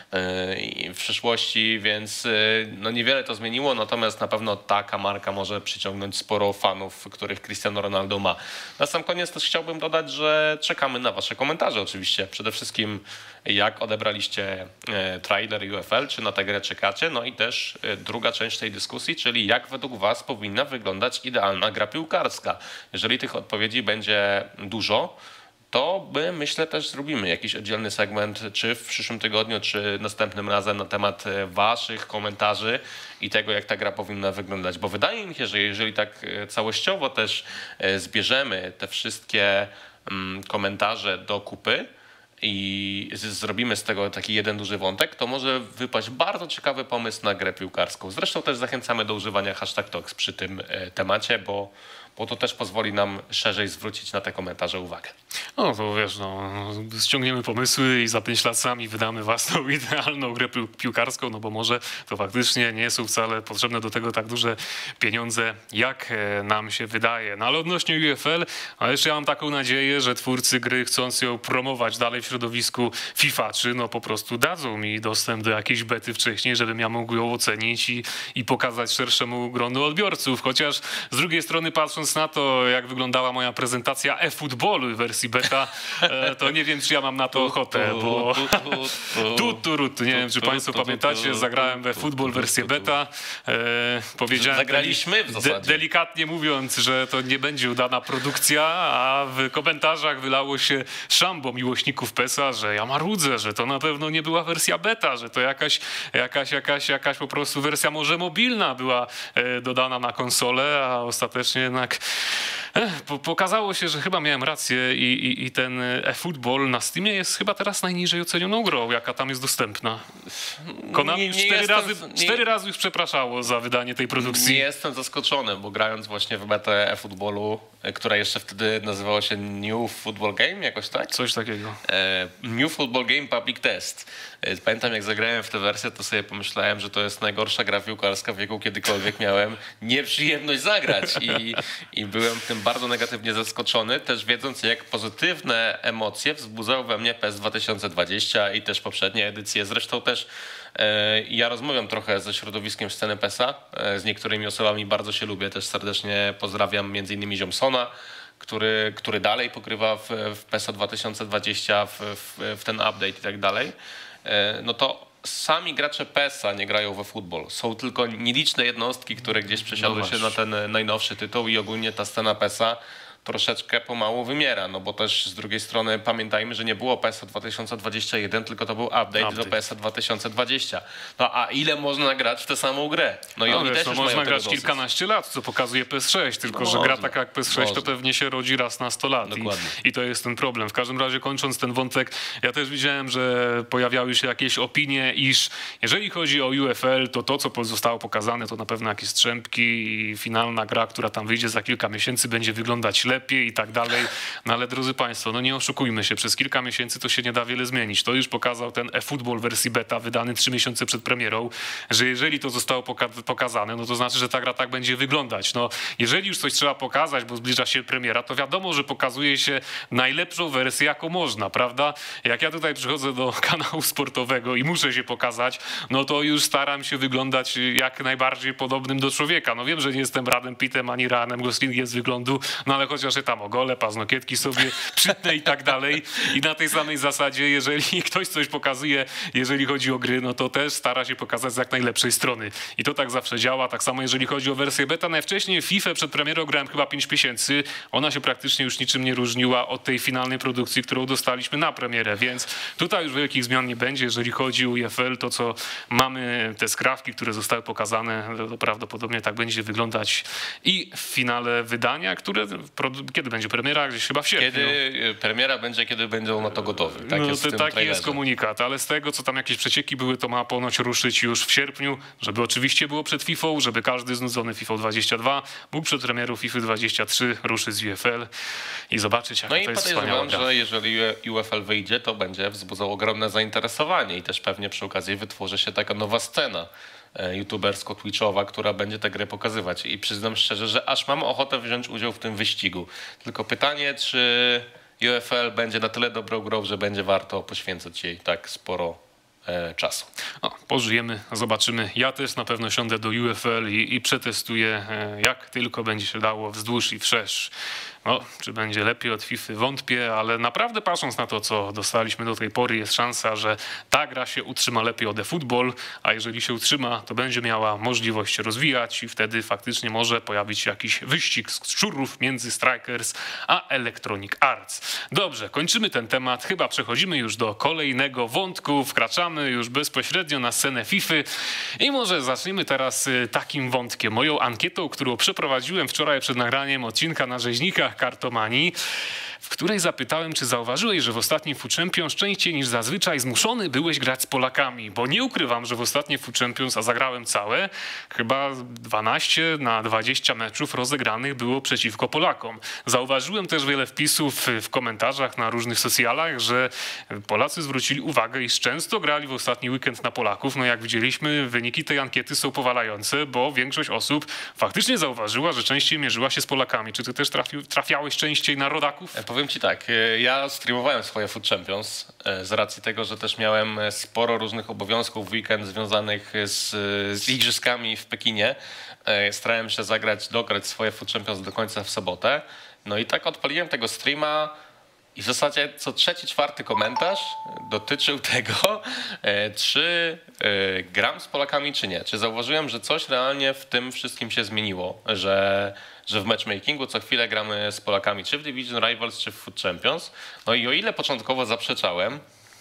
w przyszłości, więc no niewiele to zmieniło, natomiast na pewno taka marka może przyciągnąć sporo fanów, których Cristiano Ronaldo ma. Na sam koniec też chciałbym dodać, że czekamy na wasze komentarze oczywiście. Przede wszystkim jak odebraliście trailer UFL, czy na tę grę czekacie, no i też druga część tej dyskusji, czyli jak według was powinna wyglądać idealna gra piłkarska. Jeżeli tych odpowiedzi będzie dużo, to my, myślę, też zrobimy jakiś oddzielny segment, czy w przyszłym tygodniu, czy następnym razem na temat waszych komentarzy i tego, jak ta gra powinna wyglądać. Bo wydaje mi się, że jeżeli tak całościowo też zbierzemy te wszystkie komentarze do kupy i zrobimy z tego taki jeden duży wątek, to może wypaść bardzo ciekawy pomysł na grę piłkarską. Zresztą też zachęcamy do używania #Talks przy tym temacie, bo to też pozwoli nam szerzej zwrócić na te komentarze uwagę. No to wiesz, ściągniemy pomysły i za 5 lat sami wydamy własną idealną grę piłkarską, no bo może to faktycznie nie są wcale potrzebne do tego tak duże pieniądze, jak nam się wydaje. No ale odnośnie UFL, a jeszcze ja mam taką nadzieję, że twórcy gry, chcąc ją promować dalej w środowisku FIFA-czy, no po prostu dadzą mi dostęp do jakiejś bety wcześniej, żebym ja mógł ją ocenić i pokazać szerszemu gronu odbiorców. Chociaż z drugiej strony, patrząc na to, jak wyglądała moja prezentacja e-futbolu w wersji beta, to nie wiem, czy ja mam na to ochotę, bo nie wiem, czy państwo pamiętacie, zagrałem we futbol wersję beta. Powiedziałem zagraliśmy w zasadzie. Delikatnie mówiąc, że to nie będzie udana produkcja, a w komentarzach wylało się szambo miłośników PESa, że ja marudzę, że to na pewno nie była wersja beta, że to jakaś po prostu wersja może mobilna była dodana na konsolę, a ostatecznie jednak Pokazało się, że chyba miałem rację i ten eFootball na Steamie jest chyba teraz najniżej ocenioną grą, jaka tam jest dostępna. Konami już cztery razy już przepraszało za wydanie tej produkcji. Nie jestem zaskoczony, bo grając właśnie w betę eFootballu, która jeszcze wtedy nazywała się New Football Game, jakoś tak? Coś takiego. New Football Game Public Test. Pamiętam, jak zagrałem w tę wersję, to sobie pomyślałem, że to jest najgorsza gra piłkarska, w jaką kiedykolwiek miałem nieprzyjemność zagrać i byłem tym bardzo negatywnie zaskoczony, też wiedząc, jak pozytywne emocje wzbudzał we mnie PES 2020 i też poprzednie edycje. Zresztą też ja rozmawiam trochę ze środowiskiem sceny PES-a, z niektórymi osobami bardzo się lubię, też serdecznie pozdrawiam między innymi Ziomsona, który dalej pokrywa w PES 2020, w ten update i tak dalej. No to sami gracze PES-a nie grają we futbol. Są tylko nieliczne jednostki, które gdzieś przesiadły się na ten najnowszy tytuł i ogólnie ta scena PES-a troszeczkę pomału wymiera, no bo też z drugiej strony pamiętajmy, że nie było PES 2021, tylko to był update do PES 2020. No a ile można grać w tę samą grę? No i oni też już można mają grać kilkanaście lat, co pokazuje PS6, tylko że gra taka jak PS6 to pewnie się rodzi raz na 100 lat. I to jest ten problem. W każdym razie kończąc ten wątek, ja też widziałem, że pojawiały się jakieś opinie, iż jeżeli chodzi o UFL, to to, co zostało pokazane, to na pewno jakieś strzępki i finalna gra, która tam wyjdzie za kilka miesięcy, będzie wyglądać lepiej i tak dalej. No ale drodzy Państwo, no nie oszukujmy się, przez kilka miesięcy to się nie da wiele zmienić. To już pokazał ten eFootball wersji beta wydany 3 miesiące przed premierą, że jeżeli to zostało pokazane, no to znaczy, że ta gra tak będzie wyglądać. No jeżeli już coś trzeba pokazać, bo zbliża się premiera, to wiadomo, że pokazuje się najlepszą wersję, jaką można, prawda? Jak ja tutaj przychodzę do kanału sportowego i muszę się pokazać, no to już staram się wyglądać jak najbardziej podobnym do człowieka. No wiem, że nie jestem Bradem Pittem ani Ryanem Goslingiem z wyglądu, no ale chociaż je tam ogolę, paznokietki sobie przytnę i tak dalej. I na tej samej zasadzie, jeżeli ktoś coś pokazuje, jeżeli chodzi o gry, no to też stara się pokazać z jak najlepszej strony. I to tak zawsze działa. Tak samo jeżeli chodzi o wersję beta. Najwcześniej FIFA przed premierą grałem chyba 5 miesięcy. Ona się praktycznie już niczym nie różniła od tej finalnej produkcji, którą dostaliśmy na premierę, więc tutaj już wielkich zmian nie będzie. Jeżeli chodzi o UFL, to co mamy, te skrawki, które zostały pokazane, to prawdopodobnie tak będzie wyglądać i w finale wydania, które kiedy będzie premiera? Gdzieś chyba w sierpniu. Kiedy premiera będzie, kiedy będą na to gotowi. Tak, no, jest, taki jest komunikat, ale z tego, co tam jakieś przecieki były, to ma ponoć ruszyć już w sierpniu, żeby oczywiście było przed FIFA, żeby każdy znudzony FIFA 22 mógł przed premierą FIFA 23 ruszyć z UFL i zobaczyć, jak to jest wspaniała gra. Że jeżeli UFL wyjdzie, to będzie wzbudzał ogromne zainteresowanie i też pewnie przy okazji wytworzy się taka nowa scena youtubersko-twitchowa, która będzie tę grę pokazywać. I przyznam szczerze, że aż mam ochotę wziąć udział w tym wyścigu. Tylko pytanie, czy UFL będzie na tyle dobrą grą, że będzie warto poświęcać jej tak sporo czasu. Pożyjemy, zobaczymy. Ja też na pewno siądę do UFL i przetestuję, jak tylko będzie się dało, wzdłuż i wszerz. No, czy będzie lepiej od FIFA? Wątpię, ale naprawdę patrząc na to, co dostaliśmy do tej pory, jest szansa, że ta gra się utrzyma lepiej od eFootball, a jeżeli się utrzyma, to będzie miała możliwość się rozwijać i wtedy faktycznie może pojawić się jakiś wyścig z szczurów między Strikers a Electronic Arts. Dobrze, kończymy ten temat. Chyba przechodzimy już do kolejnego wątku. Wkraczamy już bezpośrednio na scenę FIFA i może zaczniemy teraz takim wątkiem. Moją ankietą, którą przeprowadziłem wczoraj przed nagraniem odcinka na rzeźnikach Kartomanii, w której zapytałem, czy zauważyłeś, że w ostatnim FUT Champions częściej niż zazwyczaj zmuszony byłeś grać z Polakami, bo nie ukrywam, że w ostatnim FUT Champions, a zagrałem całe, chyba 12 na 20 meczów rozegranych było przeciwko Polakom. Zauważyłem też wiele wpisów w komentarzach na różnych socjalach, że Polacy zwrócili uwagę, iż często grali w ostatni weekend na Polaków. No jak widzieliśmy, wyniki tej ankiety są powalające, bo większość osób faktycznie zauważyła, że częściej mierzyła się z Polakami. Czy ty też trafiałeś częściej na rodaków? Powiem ci tak, ja streamowałem swoje FUT Champions z racji tego, że też miałem sporo różnych obowiązków w weekend związanych z igrzyskami w Pekinie. Starałem się dograć swoje FUT Champions do końca w sobotę. No i tak odpaliłem tego streama i w zasadzie co trzeci, czwarty komentarz dotyczył tego, czy gram z Polakami, czy nie. Czy zauważyłem, że coś realnie w tym wszystkim się zmieniło, że w matchmakingu co chwilę gramy z Polakami, czy w Division Rivals, czy w FUT Champions. No i o ile początkowo zaprzeczałem,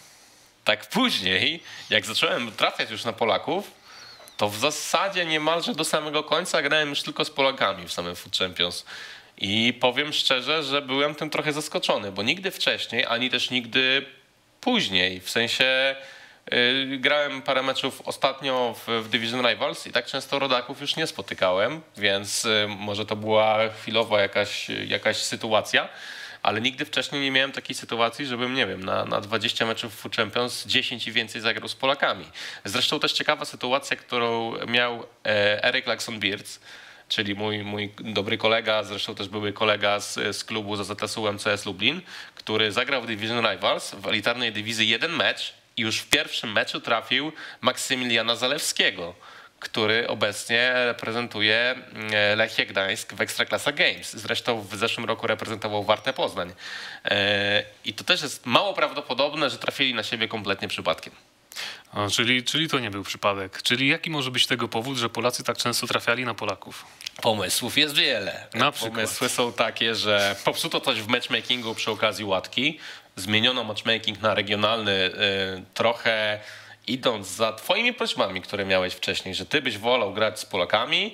tak później, jak zacząłem trafiać już na Polaków, to w zasadzie niemalże do samego końca grałem już tylko z Polakami w samym FUT Champions. I powiem szczerze, że byłem tym trochę zaskoczony, bo nigdy wcześniej, ani też nigdy później, w sensie grałem parę meczów ostatnio w Division Rivals i tak często rodaków już nie spotykałem, więc może to była chwilowa jakaś sytuacja, ale nigdy wcześniej nie miałem takiej sytuacji, żebym, nie wiem, na 20 meczów w Champions 10 i więcej zagrał z Polakami. Zresztą też ciekawa sytuacja, którą miał Erik Laxon-Bierz, czyli mój dobry kolega, zresztą też były kolega z klubu ZZS-u MCS Lublin, który zagrał w Division Rivals w elitarnej dywizji jeden mecz i już w pierwszym meczu trafił Maksymiliana Zalewskiego, który obecnie reprezentuje Lechię Gdańsk w Ekstraklasa Games. Zresztą w zeszłym roku reprezentował Wartę Poznań. I to też jest mało prawdopodobne, że trafili na siebie kompletnie przypadkiem. O, czyli to nie był przypadek. Czyli jaki może być tego powód, że Polacy tak często trafiali na Polaków? Pomysłów jest wiele. Na przykład. Pomysły są takie, że popsuto coś w matchmakingu przy okazji łatki. Zmieniono matchmaking na regionalny trochę idąc za twoimi prośbami, które miałeś wcześniej, że ty byś wolał grać z Polakami,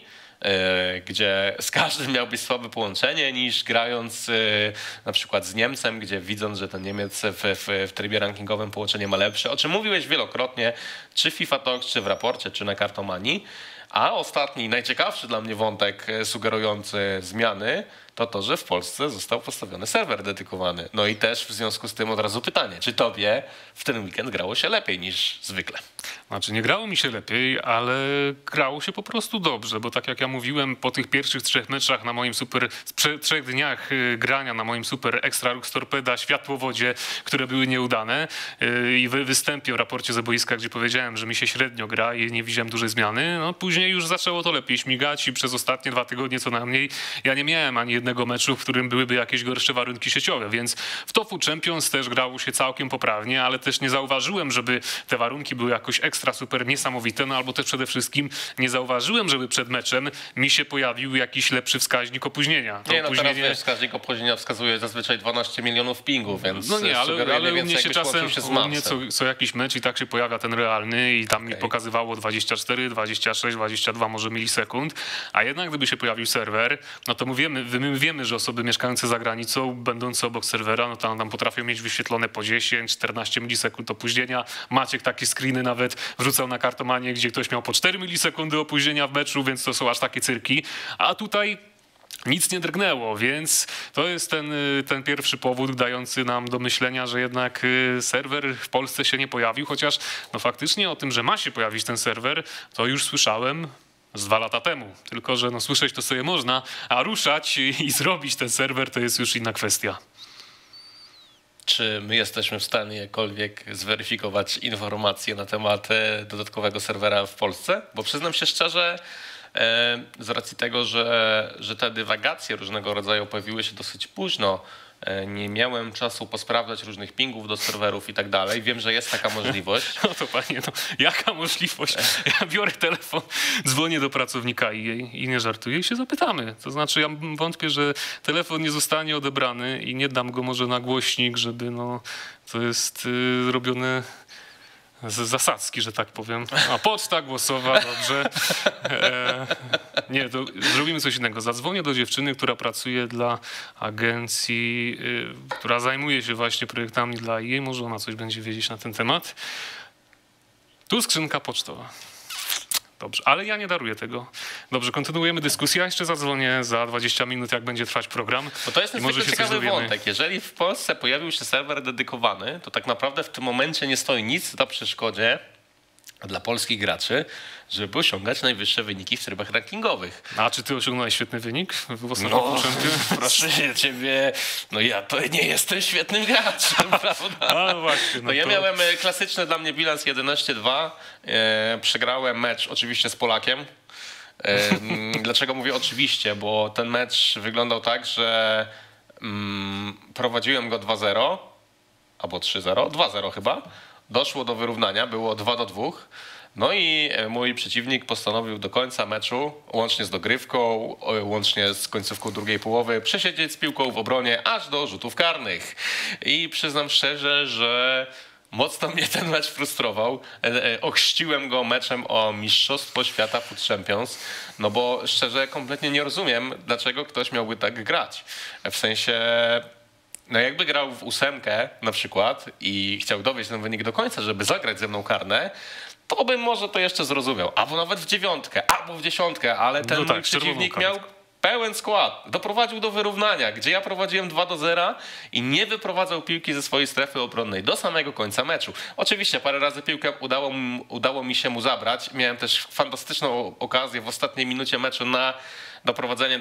gdzie z każdym miałbyś słabe połączenie, niż grając na przykład z Niemcem, gdzie widząc, że ten Niemiec w trybie rankingowym połączenie ma lepsze, o czym mówiłeś wielokrotnie, czy FIFA Talks, czy w raporcie, czy na Kartomanii. A ostatni, najciekawszy dla mnie wątek sugerujący zmiany, to, że w Polsce został postawiony serwer dedykowany. No i też w związku z tym od razu pytanie, czy tobie w ten weekend grało się lepiej niż zwykle? Znaczy nie grało mi się lepiej, ale grało się po prostu dobrze, bo tak jak ja mówiłem, po tych pierwszych 3 meczach na moim 3 dniach grania na moim super Extra Lux Torpeda światłowodzie, które były nieudane i występie w raporcie z boiska, gdzie powiedziałem, że mi się średnio gra i nie widziałem dużej zmiany, no później już zaczęło to lepiej śmigać i przez ostatnie 2 tygodnie co najmniej ja nie miałem ani jednego meczu, w którym byłyby jakieś gorsze warunki sieciowe, więc w TOFU Champions też grało się całkiem poprawnie, ale też nie zauważyłem, żeby te warunki były jakoś ekstra super niesamowite, no albo też przede wszystkim nie zauważyłem, żeby przed meczem mi się pojawił jakiś lepszy wskaźnik opóźnienia. To teraz wiesz, wskaźnik opóźnienia wskazuje zazwyczaj 12 milionów pingów, więc no nie, ale u mnie się czasem co jakiś mecz i tak się pojawia ten realny i tam mi pokazywało 24, 26, 22 może milisekund, a jednak gdyby się pojawił serwer, no to my wiemy, że osoby mieszkające za granicą, będące obok serwera, no tam potrafią mieć wyświetlone po 10, 14 milisekund opóźnienia. Maciek takie screeny nawet wrzucał na Kartomanie, gdzie ktoś miał po 4 milisekundy opóźnienia w meczu, więc to są aż takie cyrki. A tutaj nic nie drgnęło, więc to jest ten pierwszy powód dający nam do myślenia, że jednak serwer w Polsce się nie pojawił, chociaż no faktycznie o tym, że ma się pojawić ten serwer, to już słyszałem z 2 lata temu. Tylko że no, słyszeć to sobie można, a ruszać i zrobić ten serwer to jest już inna kwestia. Czy my jesteśmy w stanie jakkolwiek zweryfikować informacje na temat dodatkowego serwera w Polsce? Bo przyznam się szczerze, z racji tego, że te dywagacje różnego rodzaju pojawiły się dosyć późno, nie miałem czasu posprawdzać różnych pingów do serwerów i tak dalej. Wiem, że jest taka możliwość. No to panie, no jaka możliwość? Ja biorę telefon, dzwonię do pracownika i nie żartuję i się zapytamy. To znaczy ja wątpię, że telefon nie zostanie odebrany i nie dam go może na głośnik, żeby no to jest robione z zasadzki, że tak powiem. A poczta głosowa, dobrze. Nie, to zrobimy coś innego. Zadzwonię do dziewczyny, która pracuje dla agencji, która zajmuje się właśnie projektami dla jej. Może ona coś będzie wiedzieć na ten temat. Tu skrzynka pocztowa. Dobrze, ale ja nie daruję tego. Dobrze, kontynuujemy dyskusję. Ja jeszcze zadzwonię za 20 minut, jak będzie trwać program. Bo to jest niezwykle ciekawy wątek. Jeżeli w Polsce pojawił się serwer dedykowany, to tak naprawdę w tym momencie nie stoi nic na przeszkodzie dla polskich graczy, żeby osiągać najwyższe wyniki w trybach rankingowych. A czy ty osiągnąłeś świetny wynik w ostatnim proszę się ciebie, no ja to nie jestem świetnym graczem, prawda? A, no właśnie. No ja miałem klasyczny dla mnie bilans 11-2. Przegrałem mecz oczywiście z Polakiem. Dlaczego mówię oczywiście? Bo ten mecz wyglądał tak, że prowadziłem go 2-0 albo 3-0, 2-0 chyba. Doszło do wyrównania, było 2-2. No i mój przeciwnik postanowił do końca meczu, łącznie z dogrywką, łącznie z końcówką drugiej połowy, przesiedzieć z piłką w obronie aż do rzutów karnych. I przyznam szczerze, że Mocno mnie ten mecz frustrował. Ochrzciłem go meczem o Mistrzostwo Świata Foot Champions, no bo szczerze kompletnie nie rozumiem, dlaczego ktoś miałby tak grać. W sensie, no jakby grał w 8 na przykład i chciał dowieść ten wynik do końca, żeby zagrać ze mną karne, to bym może to jeszcze zrozumiał. Albo nawet w 9, albo w 10, ale ten mój przeciwnik miał pełen skład. Doprowadził do wyrównania, gdzie ja prowadziłem 2-0 i nie wyprowadzał piłki ze swojej strefy obronnej do samego końca meczu. Oczywiście parę razy piłkę udało mi się mu zabrać. Miałem też fantastyczną okazję w ostatniej minucie meczu na doprowadzenie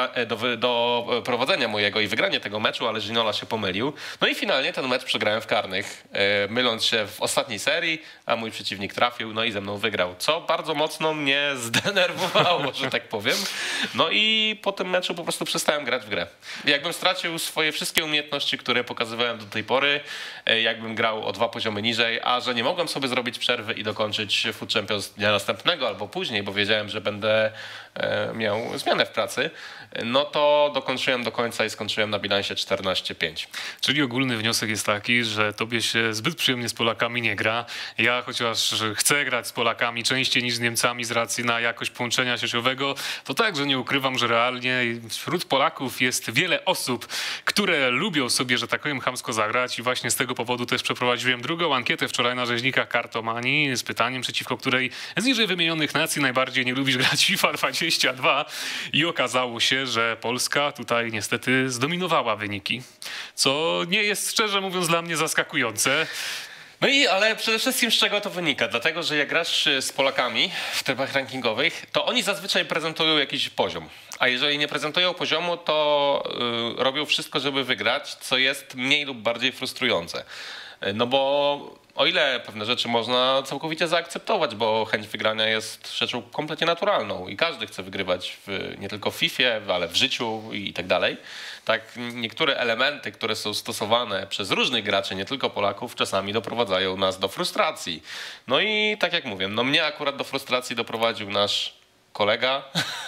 do prowadzenia mojego i wygranie tego meczu, ale Ginola się pomylił. No i finalnie ten mecz przegrałem w karnych, myląc się w ostatniej serii, a mój przeciwnik trafił, no i ze mną wygrał, co bardzo mocno mnie zdenerwowało, że tak powiem. No i po tym meczu po prostu przestałem grać w grę. Jakbym stracił swoje wszystkie umiejętności, które pokazywałem do tej pory, jakbym grał o 2 poziomy niżej, a że nie mogłem sobie zrobić przerwy i dokończyć Foot Champions dnia następnego albo później, bo wiedziałem, że będę miał zmianę w pracy, no to dokończyłem do końca i skończyłem na bilansie 14-5. Czyli ogólny wniosek jest taki, że tobie się zbyt przyjemnie z Polakami nie gra. Ja chociaż chcę grać z Polakami częściej niż z Niemcami z racji na jakość połączenia sieciowego, to także nie ukrywam, że realnie wśród Polaków jest wiele osób, które lubią sobie, że tak powiem, chamsko zagrać i właśnie z tego powodu też przeprowadziłem drugą ankietę wczoraj na rzeźnikach Kartomanii z pytaniem, przeciwko której z niżej wymienionych nacji najbardziej nie lubisz grać FIFA 22 i okazało się, że Polska tutaj niestety zdominowała wyniki, co nie jest szczerze mówiąc dla mnie zaskakujące. No i ale przede wszystkim z czego to wynika? Dlatego, że jak grasz z Polakami w trybach rankingowych, to oni zazwyczaj prezentują jakiś poziom. A jeżeli nie prezentują poziomu, to robią wszystko, żeby wygrać, co jest mniej lub bardziej frustrujące. No bo o ile pewne rzeczy można całkowicie zaakceptować, bo chęć wygrania jest rzeczą kompletnie naturalną i każdy chce wygrywać nie tylko w FIFA, ale w życiu i tak dalej. Tak niektóre elementy, które są stosowane przez różnych graczy, nie tylko Polaków, czasami doprowadzają nas do frustracji. No i tak jak mówię, no mnie akurat do frustracji doprowadził nasz kolega,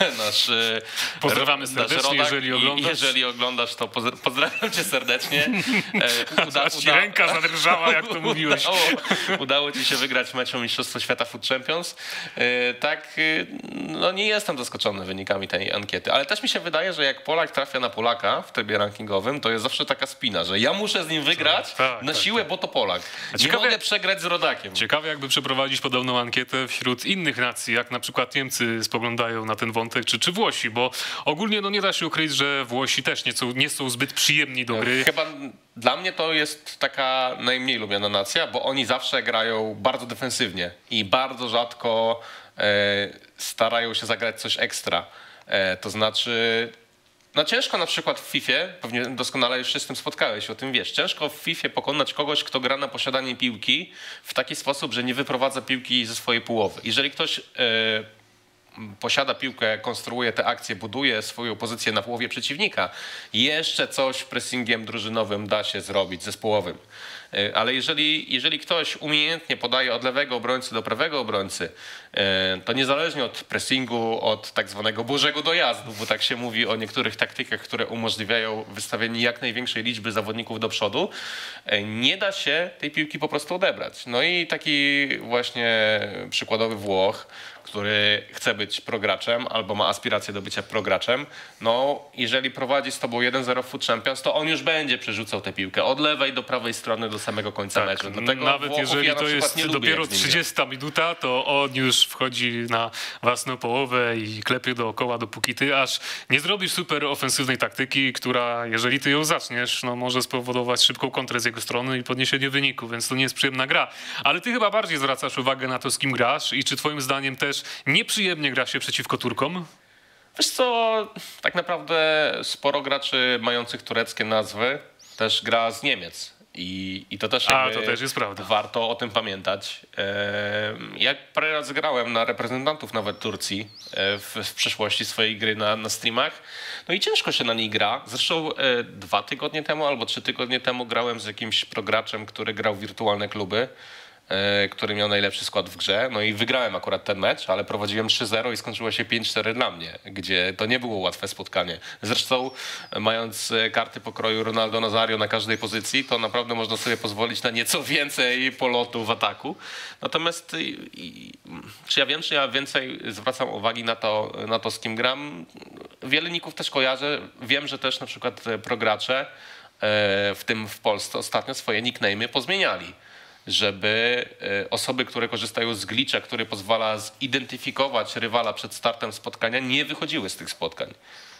pozdrawiamy serdecznie, jeżeli oglądasz. Jeżeli oglądasz, to pozdrawiam cię serdecznie. Ręka zadrżała, jak to mówiłeś. Udało ci się wygrać mecz o Mistrzostwo Świata Foot Champions. Tak, no nie jestem zaskoczony wynikami tej ankiety, ale też mi się wydaje, że jak Polak trafia na Polaka w trybie rankingowym, to jest zawsze taka spina, że ja muszę z nim wygrać na siłę, bo to Polak. Nie mogę przegrać z rodakiem. Ciekawe, jakby przeprowadzić podobną ankietę wśród innych nacji, jak na przykład Niemcy spoglądają na ten wątek, czy Włosi, bo ogólnie no nie da się ukryć, że Włosi też nie są zbyt przyjemni do gry. Chyba dla mnie to jest taka najmniej lubiana nacja, bo oni zawsze grają bardzo defensywnie i bardzo rzadko starają się zagrać coś ekstra. To znaczy, no ciężko na przykład w FIFA, pewnie doskonale już się z tym spotkałeś, o tym wiesz, ciężko w FIFA pokonać kogoś, kto gra na posiadanie piłki w taki sposób, że nie wyprowadza piłki ze swojej połowy. Jeżeli ktoś posiada piłkę, konstruuje te akcje, buduje swoją pozycję na połowie przeciwnika, jeszcze coś pressingiem drużynowym da się zrobić, zespołowym. Ale jeżeli ktoś umiejętnie podaje od lewego obrońcy do prawego obrońcy, to niezależnie od pressingu, od tak zwanego bożego dojazdu, bo tak się mówi o niektórych taktykach, które umożliwiają wystawienie jak największej liczby zawodników do przodu, nie da się tej piłki po prostu odebrać. No i taki właśnie przykładowy Włoch, który chce być prograczem albo ma aspiracje do bycia prograczem, no jeżeli prowadzi z tobą 1-0 w Foot Champions, to on już będzie przerzucał tę piłkę od lewej do prawej strony do samego końca meczu. Dlatego nawet Włochów jeżeli ja to jest dopiero 30 minuta, to on już wchodzi na własną połowę i klepie dookoła, dopóki ty aż nie zrobisz super ofensywnej taktyki, która jeżeli ty ją zaczniesz, no może spowodować szybką kontrę z jego strony i podniesienie wyniku, więc to nie jest przyjemna gra. Ale ty chyba bardziej zwracasz uwagę na to, z kim grasz i czy twoim zdaniem też nieprzyjemnie gra się przeciwko Turkom? Wiesz co, tak naprawdę sporo graczy mających tureckie nazwy też gra z Niemiec. I to też, to też jest prawda. Warto o tym pamiętać. Ja parę razy grałem na reprezentantów nawet Turcji w przeszłości swojej gry na streamach. No i ciężko się na niej gra. Zresztą 2 tygodnie temu albo 3 tygodnie temu grałem z jakimś prograczem, który grał w wirtualne kluby. który miał najlepszy skład w grze. No i wygrałem akurat ten mecz, ale prowadziłem 3-0 i skończyło się 5-4 dla mnie, gdzie to nie było łatwe spotkanie. Zresztą mając karty pokroju Ronaldo Nazario na każdej pozycji, to naprawdę można sobie pozwolić na nieco więcej polotu w ataku. Natomiast czy ja wiem, czy ja więcej zwracam uwagi na to z kim gram? Wiele ników też kojarzę. Wiem, że też na przykład progracze, w tym w Polsce, ostatnio swoje nickname'y pozmieniali, żeby osoby, które korzystają z glitcha, który pozwala zidentyfikować rywala przed startem spotkania, nie wychodziły z tych spotkań.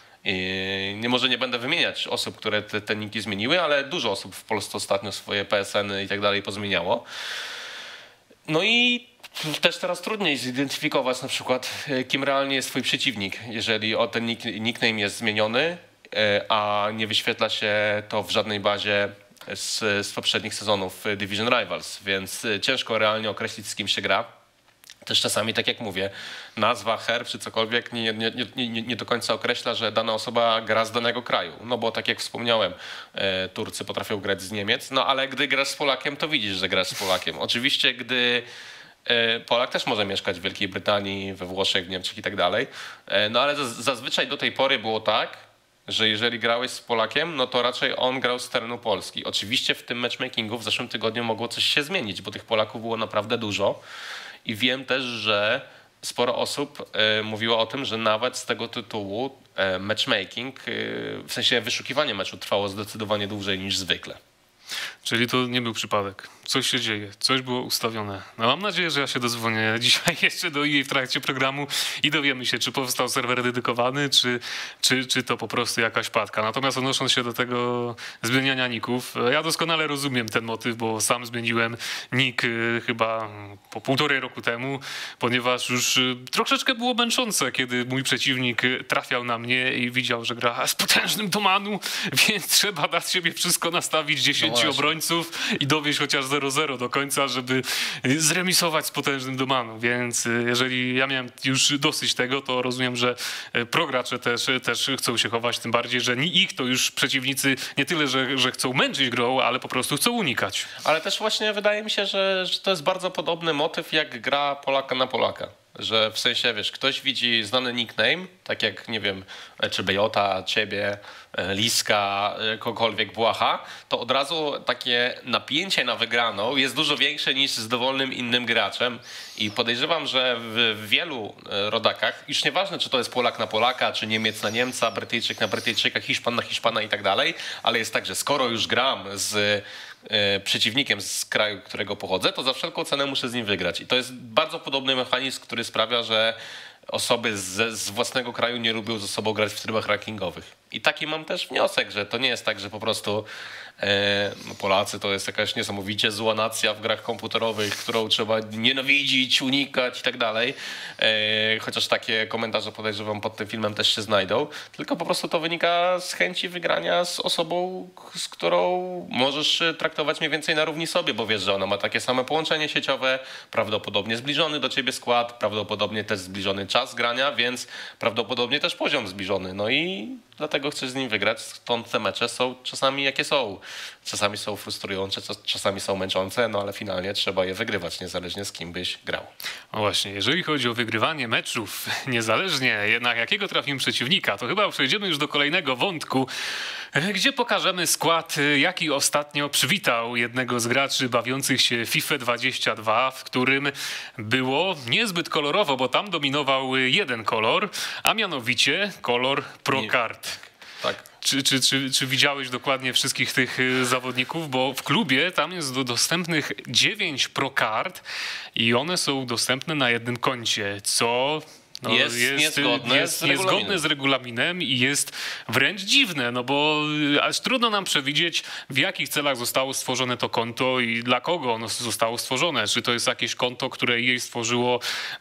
Może nie będę wymieniać osób, które te niki zmieniły, ale dużo osób w Polsce ostatnio swoje PSN-y i tak dalej pozmieniało. No i też teraz trudniej zidentyfikować na przykład, kim realnie jest twój przeciwnik, jeżeli ten nickname jest zmieniony, a nie wyświetla się to w żadnej bazie z poprzednich sezonów Division Rivals, więc ciężko realnie określić, z kim się gra. Też czasami, tak jak mówię, nazwa, herb czy cokolwiek nie do końca określa, że dana osoba gra z danego kraju. No bo tak jak wspomniałem, Turcy potrafią grać z Niemiec, no ale gdy grasz z Polakiem, to widzisz, że grasz z Polakiem. Oczywiście, gdy Polak też może mieszkać w Wielkiej Brytanii, we Włoszech, w Niemczech i tak dalej, no ale zazwyczaj do tej pory było tak, że jeżeli grałeś z Polakiem, no to raczej on grał z terenu Polski. Oczywiście w tym matchmakingu w zeszłym tygodniu mogło coś się zmienić, bo tych Polaków było naprawdę dużo. I wiem też, że sporo osób mówiło o tym, że nawet z tego tytułu matchmaking, w sensie wyszukiwanie meczu trwało zdecydowanie dłużej niż zwykle. Czyli to nie był przypadek. Coś się dzieje, coś było ustawione. No mam nadzieję, że ja się dozwonię dzisiaj jeszcze do EA w trakcie programu i dowiemy się, czy powstał serwer dedykowany, czy to po prostu jakaś padka. Natomiast odnosząc się do tego zmieniania ników, ja doskonale rozumiem ten motyw, bo sam zmieniłem nick chyba po 1,5 roku temu, ponieważ już troszeczkę było męczące, kiedy mój przeciwnik trafiał na mnie i widział, że gra z potężnym domanu, więc trzeba dać siebie wszystko nastawić 10 obrońców i dowieść chociaż 0-0 do końca, żeby zremisować z potężnym domaną. Więc jeżeli ja miałem już dosyć tego, to rozumiem, że progracze też chcą się chować, tym bardziej, że ich to już przeciwnicy nie tyle, że chcą męczyć grą, ale po prostu chcą unikać. Ale też właśnie wydaje mi się, że to jest bardzo podobny motyw jak gra Polaka na Polaka. Że w sensie, wiesz, ktoś widzi znany nickname, tak jak, nie wiem, czy Bejota, ciebie, Liska, kogokolwiek Błaha, to od razu takie napięcie na wygraną jest dużo większe niż z dowolnym innym graczem i podejrzewam, że w wielu rodakach, już nieważne, czy to jest Polak na Polaka, czy Niemiec na Niemca, Brytyjczyk na Brytyjczyka, Hiszpan na Hiszpana i tak dalej, ale jest tak, że skoro już gram z przeciwnikiem z kraju, którego pochodzę, to za wszelką cenę muszę z nim wygrać. I to jest bardzo podobny mechanizm, który sprawia, że osoby z własnego kraju nie lubią ze sobą grać w trybach rankingowych. I taki mam też wniosek, że to nie jest tak, że po prostu Polacy to jest jakaś niesamowicie zła nacja w grach komputerowych, którą trzeba nienawidzić, unikać i tak dalej. Chociaż takie komentarze, podejrzewam, pod tym filmem też się znajdą. Tylko po prostu to wynika z chęci wygrania z osobą, z którą możesz traktować mniej więcej na równi sobie, bo wiesz, że ona ma takie same połączenie sieciowe, prawdopodobnie zbliżony do ciebie skład, prawdopodobnie też zbliżony czas grania, więc prawdopodobnie też poziom zbliżony. No i dlatego chcesz z nim wygrać, stąd te mecze są czasami jakie są. Czasami są frustrujące, czasami są męczące, no ale finalnie trzeba je wygrywać, niezależnie z kim byś grał. No właśnie, jeżeli chodzi o wygrywanie meczów, niezależnie jednak jakiego trafimy przeciwnika, to chyba przejdziemy już do kolejnego wątku, gdzie pokażemy skład, jaki ostatnio przywitał jednego z graczy bawiących się FIFA 22, w którym było niezbyt kolorowo, bo tam dominował jeden kolor, a mianowicie kolor ProCard. Tak. Czy widziałeś dokładnie wszystkich tych zawodników? Bo w klubie tam jest dostępnych 9 ProCard i one są dostępne na jednym koncie, co... No, jest niezgodne z regulaminem i jest wręcz dziwne, no bo aż trudno nam przewidzieć, w jakich celach zostało stworzone to konto i dla kogo ono zostało stworzone. Czy to jest jakieś konto, które jej stworzyło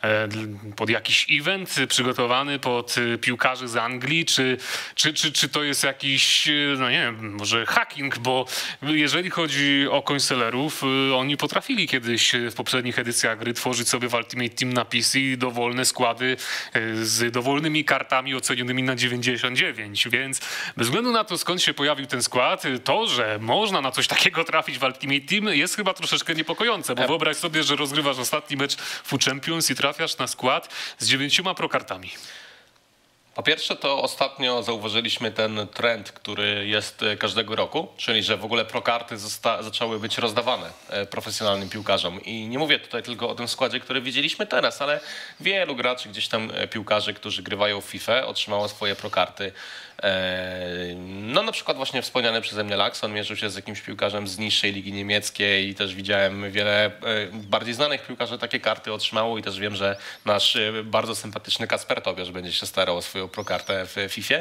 pod jakiś event przygotowany pod piłkarzy z Anglii, czy to jest jakiś, no nie wiem, może hacking, bo jeżeli chodzi o konselerów, oni potrafili kiedyś w poprzednich edycjach gry tworzyć sobie w Ultimate Team na PC dowolne składy z dowolnymi kartami ocenionymi na 99, więc bez względu na to, skąd się pojawił ten skład, to, że można na coś takiego trafić w Ultimate Team, jest chyba troszeczkę niepokojące, bo wyobraź sobie, że rozgrywasz ostatni mecz FUT Champions i trafiasz na skład z 9 prokartami. Po pierwsze, to ostatnio zauważyliśmy ten trend, który jest każdego roku, czyli że w ogóle prokarty zaczęły być rozdawane profesjonalnym piłkarzom. I nie mówię tutaj tylko o tym składzie, który widzieliśmy teraz, ale wielu graczy, gdzieś tam piłkarzy, którzy grywają w FIFA, otrzymało swoje prokarty. No na przykład właśnie wspomniany przeze mnie Laxon mierzył się z jakimś piłkarzem z niższej ligi niemieckiej i też widziałem wiele bardziej znanych piłkarzy takie karty otrzymało i też wiem, że nasz bardzo sympatyczny Kasper Tobiasz będzie się starał o swoją prokartę w FIFA,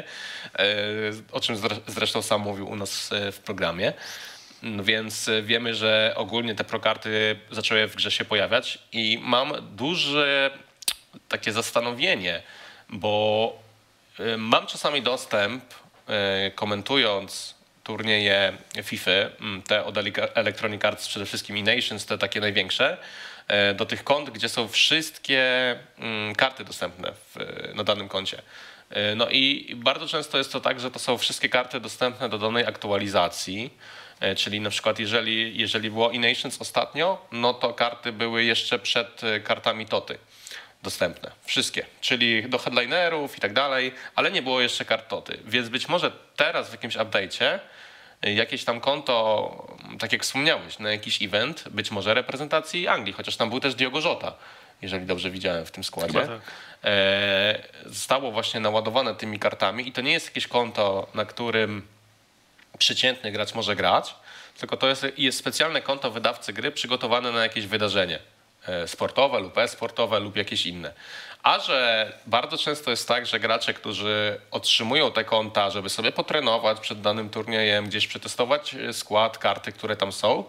o czym zresztą sam mówił u nas w programie. No więc wiemy, że ogólnie te prokarty zaczęły w grze się pojawiać i mam duże takie zastanowienie, bo mam czasami dostęp, komentując turnieje FIFA, te od Electronic Arts przede wszystkim i Nations, te takie największe, do tych kont, gdzie są wszystkie karty dostępne na danym koncie. No i bardzo często jest to tak, że to są wszystkie karty dostępne do danej aktualizacji, czyli na przykład jeżeli było e-Nations ostatnio, no to karty były jeszcze przed kartami Toty dostępne. Wszystkie, czyli do headlinerów i tak dalej, ale nie było jeszcze kart Toty. Więc być może teraz w jakimś update'cie jakieś tam konto, tak jak wspomniałeś, na jakiś event, być może reprezentacji Anglii, chociaż tam był też Diogo Jota, jeżeli dobrze widziałem w tym składzie, tak. zostało właśnie naładowane tymi kartami i to nie jest jakieś konto, na którym przeciętny gracz może grać, tylko to jest specjalne konto wydawcy gry przygotowane na jakieś wydarzenie sportowe lub e-sportowe lub jakieś inne. A że bardzo często jest tak, że gracze, którzy otrzymują te konta, żeby sobie potrenować przed danym turniejem, gdzieś przetestować skład, karty, które tam są,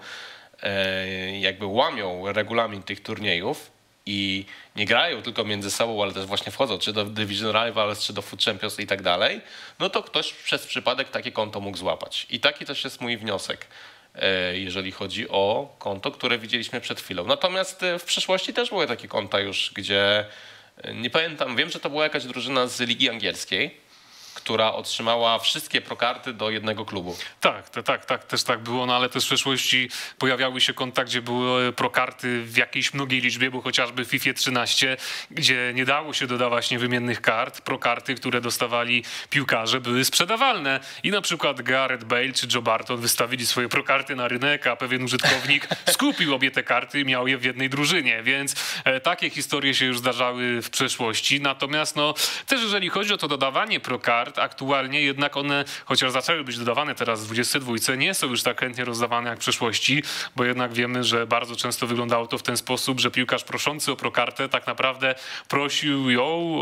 jakby łamią regulamin tych turniejów i nie grają tylko między sobą, ale też właśnie wchodzą czy do Division Rivals, czy do FUT Champions i tak dalej, no to ktoś przez przypadek takie konto mógł złapać. I taki też jest mój wniosek, jeżeli chodzi o konto, które widzieliśmy przed chwilą. Natomiast w przeszłości też były takie konta już, gdzie nie pamiętam, wiem, że to była jakaś drużyna z Ligi Angielskiej, która otrzymała wszystkie prokarty do jednego klubu. Tak, też tak było, no ale też w przeszłości pojawiały się konta, gdzie były prokarty w jakiejś mnogiej liczbie, bo chociażby w FIFA 13, gdzie nie dało się dodawać niewymiennych kart, prokarty, które dostawali piłkarze, były sprzedawalne i na przykład Gareth Bale czy Joe Barton wystawili swoje prokarty na rynek, a pewien użytkownik skupił obie te karty i miał je w jednej drużynie, więc takie historie się już zdarzały w przeszłości, natomiast no też jeżeli chodzi o to dodawanie prokart, aktualnie jednak one, chociaż zaczęły być dodawane teraz w 22, nie są już tak chętnie rozdawane jak w przeszłości, bo jednak wiemy, że bardzo często wyglądało to w ten sposób, że piłkarz proszący o prokartę tak naprawdę prosił ją,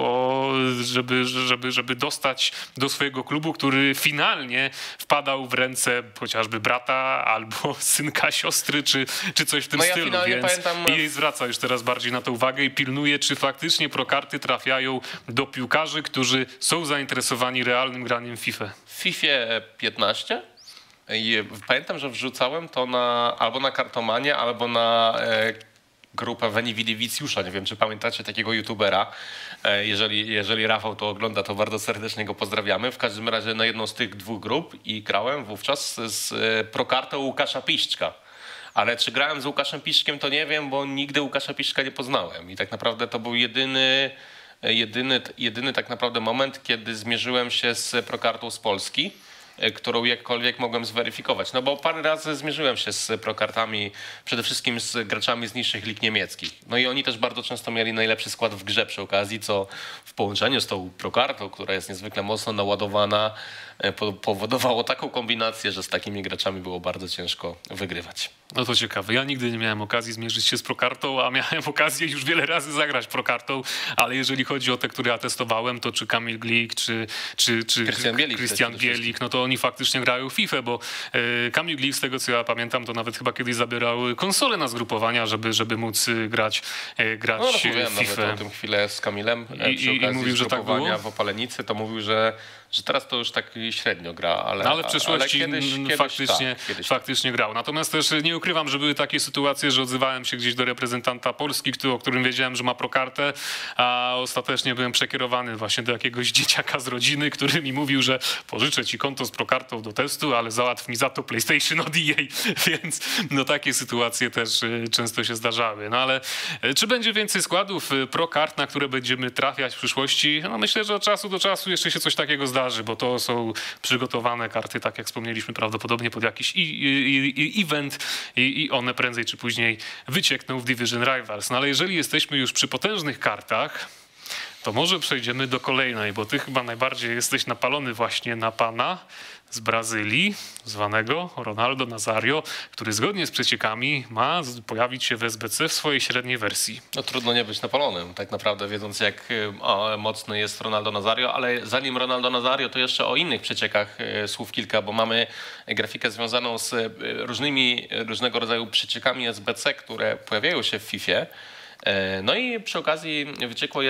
żeby dostać do swojego klubu, który finalnie wpadał w ręce chociażby brata albo synka, siostry, czy coś w tym stylu, więc pamiętam... jej zwraca już teraz bardziej na to uwagę i pilnuje, czy faktycznie prokarty trafiają do piłkarzy, którzy są zainteresowani realnym graniem w FIFA. W FIFA 15 i pamiętam, że wrzucałem to albo na Kartomanie, albo na grupę Veni Vidi Viciusza. Nie wiem, czy pamiętacie takiego youtubera. Jeżeli Rafał to ogląda, to bardzo serdecznie go pozdrawiamy. W każdym razie na jedną z tych dwóch grup i grałem wówczas z prokartą Łukasza Piszczka. Ale czy grałem z Łukaszem Piszczkiem, to nie wiem, bo nigdy Łukasza Piszczka nie poznałem. I tak naprawdę to był jedyny tak naprawdę moment, kiedy zmierzyłem się z prokartą z Polski, którą jakkolwiek mogłem zweryfikować. No bo parę razy zmierzyłem się z prokartami, przede wszystkim z graczami z niższych lig niemieckich. No i oni też bardzo często mieli najlepszy skład w grze przy okazji, co w połączeniu z tą prokartą, która jest niezwykle mocno naładowana, powodowało taką kombinację, że z takimi graczami było bardzo ciężko wygrywać. No to ciekawe. Ja nigdy nie miałem okazji zmierzyć się z prokartą, a miałem okazję już wiele razy zagrać prokartą, ale jeżeli chodzi o te, które ja testowałem, to czy Kamil Glik, czy Krystian Bielik, no to oni faktycznie grają w FIFA, bo Kamil Glik, z tego co ja pamiętam, to nawet chyba kiedyś zabierał konsolę na zgrupowania, żeby móc grać no, w FIFA. Nawet o tym chwilę z Kamilem i mówił, że tak było? W Opalenicy, to mówił, że teraz to już tak średnio gra, ale w przeszłości kiedyś faktycznie grał. Natomiast też nie ukrywam, że były takie sytuacje, że odzywałem się gdzieś do reprezentanta Polski, o którym wiedziałem, że ma prokartę, a ostatecznie byłem przekierowany właśnie do jakiegoś dzieciaka z rodziny, który mi mówił, że pożyczę ci konto z prokartą do testu, ale załatw mi za to PlayStation od EA, więc no takie sytuacje też często się zdarzały. No ale czy będzie więcej składów prokart, na które będziemy trafiać w przyszłości? No myślę, że od czasu do czasu jeszcze się coś takiego zdarzy, bo to są przygotowane karty, tak jak wspomnieliśmy, prawdopodobnie pod jakiś event i one prędzej czy później wyciekną w Division Rivals. No ale jeżeli jesteśmy już przy potężnych kartach, to może przejdziemy do kolejnej, bo ty chyba najbardziej jesteś napalony właśnie na pana z Brazylii, zwanego Ronaldo Nazario, który zgodnie z przeciekami ma pojawić się w SBC w swojej średniej wersji. No trudno nie być napalonym, tak naprawdę wiedząc jak mocny jest Ronaldo Nazario, ale zanim Ronaldo Nazario, to jeszcze o innych przeciekach słów kilka, bo mamy grafikę związaną z różnego rodzaju przeciekami SBC, które pojawiają się w FIFA. No i przy okazji wyciekło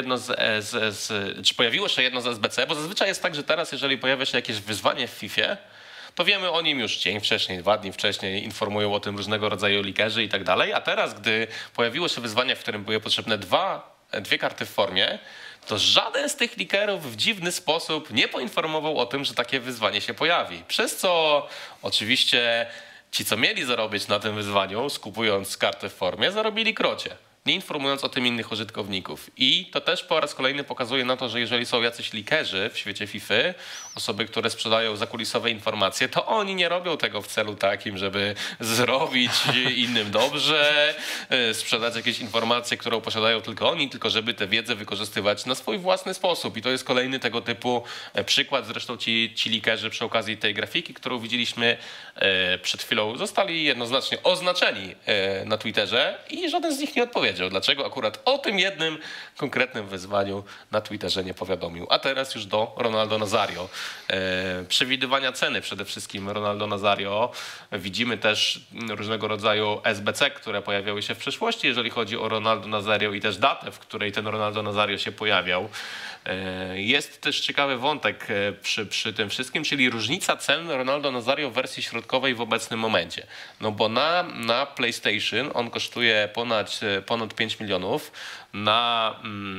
czy pojawiło się jedno z SBC, bo zazwyczaj jest tak, że teraz jeżeli pojawia się jakieś wyzwanie w FIFA, to wiemy o nim już dzień wcześniej, 2 dni wcześniej, informują o tym różnego rodzaju likerzy i tak dalej, a teraz gdy pojawiło się wyzwanie, w którym były potrzebne dwie karty w formie, to żaden z tych likerów w dziwny sposób nie poinformował o tym, że takie wyzwanie się pojawi. Przez co oczywiście ci, co mieli zarobić na tym wyzwaniu, skupując kartę w formie, zarobili krocie, nie informując o tym innych użytkowników. I to też po raz kolejny pokazuje na to, że jeżeli są jacyś likerzy w świecie FIFA, osoby, które sprzedają zakulisowe informacje, to oni nie robią tego w celu takim, żeby zrobić innym dobrze, sprzedać jakieś informacje, którą posiadają tylko oni, tylko żeby tę wiedzę wykorzystywać na swój własny sposób. I to jest kolejny tego typu przykład. Zresztą ci likerzy przy okazji tej grafiki, którą widzieliśmy przed chwilą, zostali jednoznacznie oznaczeni na Twitterze i żaden z nich nie odpowiedział. Dlaczego akurat o tym jednym konkretnym wyzwaniu na Twitterze nie powiadomił. A teraz już do Ronaldo Nazario. Przewidywania ceny przede wszystkim Ronaldo Nazario. Widzimy też różnego rodzaju SBC, które pojawiały się w przeszłości, jeżeli chodzi o Ronaldo Nazario i też datę, w której ten Ronaldo Nazario się pojawiał. Jest też ciekawy wątek przy tym wszystkim, czyli różnica cen Ronaldo Nazario w wersji środkowej w obecnym momencie. No bo na PlayStation on kosztuje ponad 5 milionów, na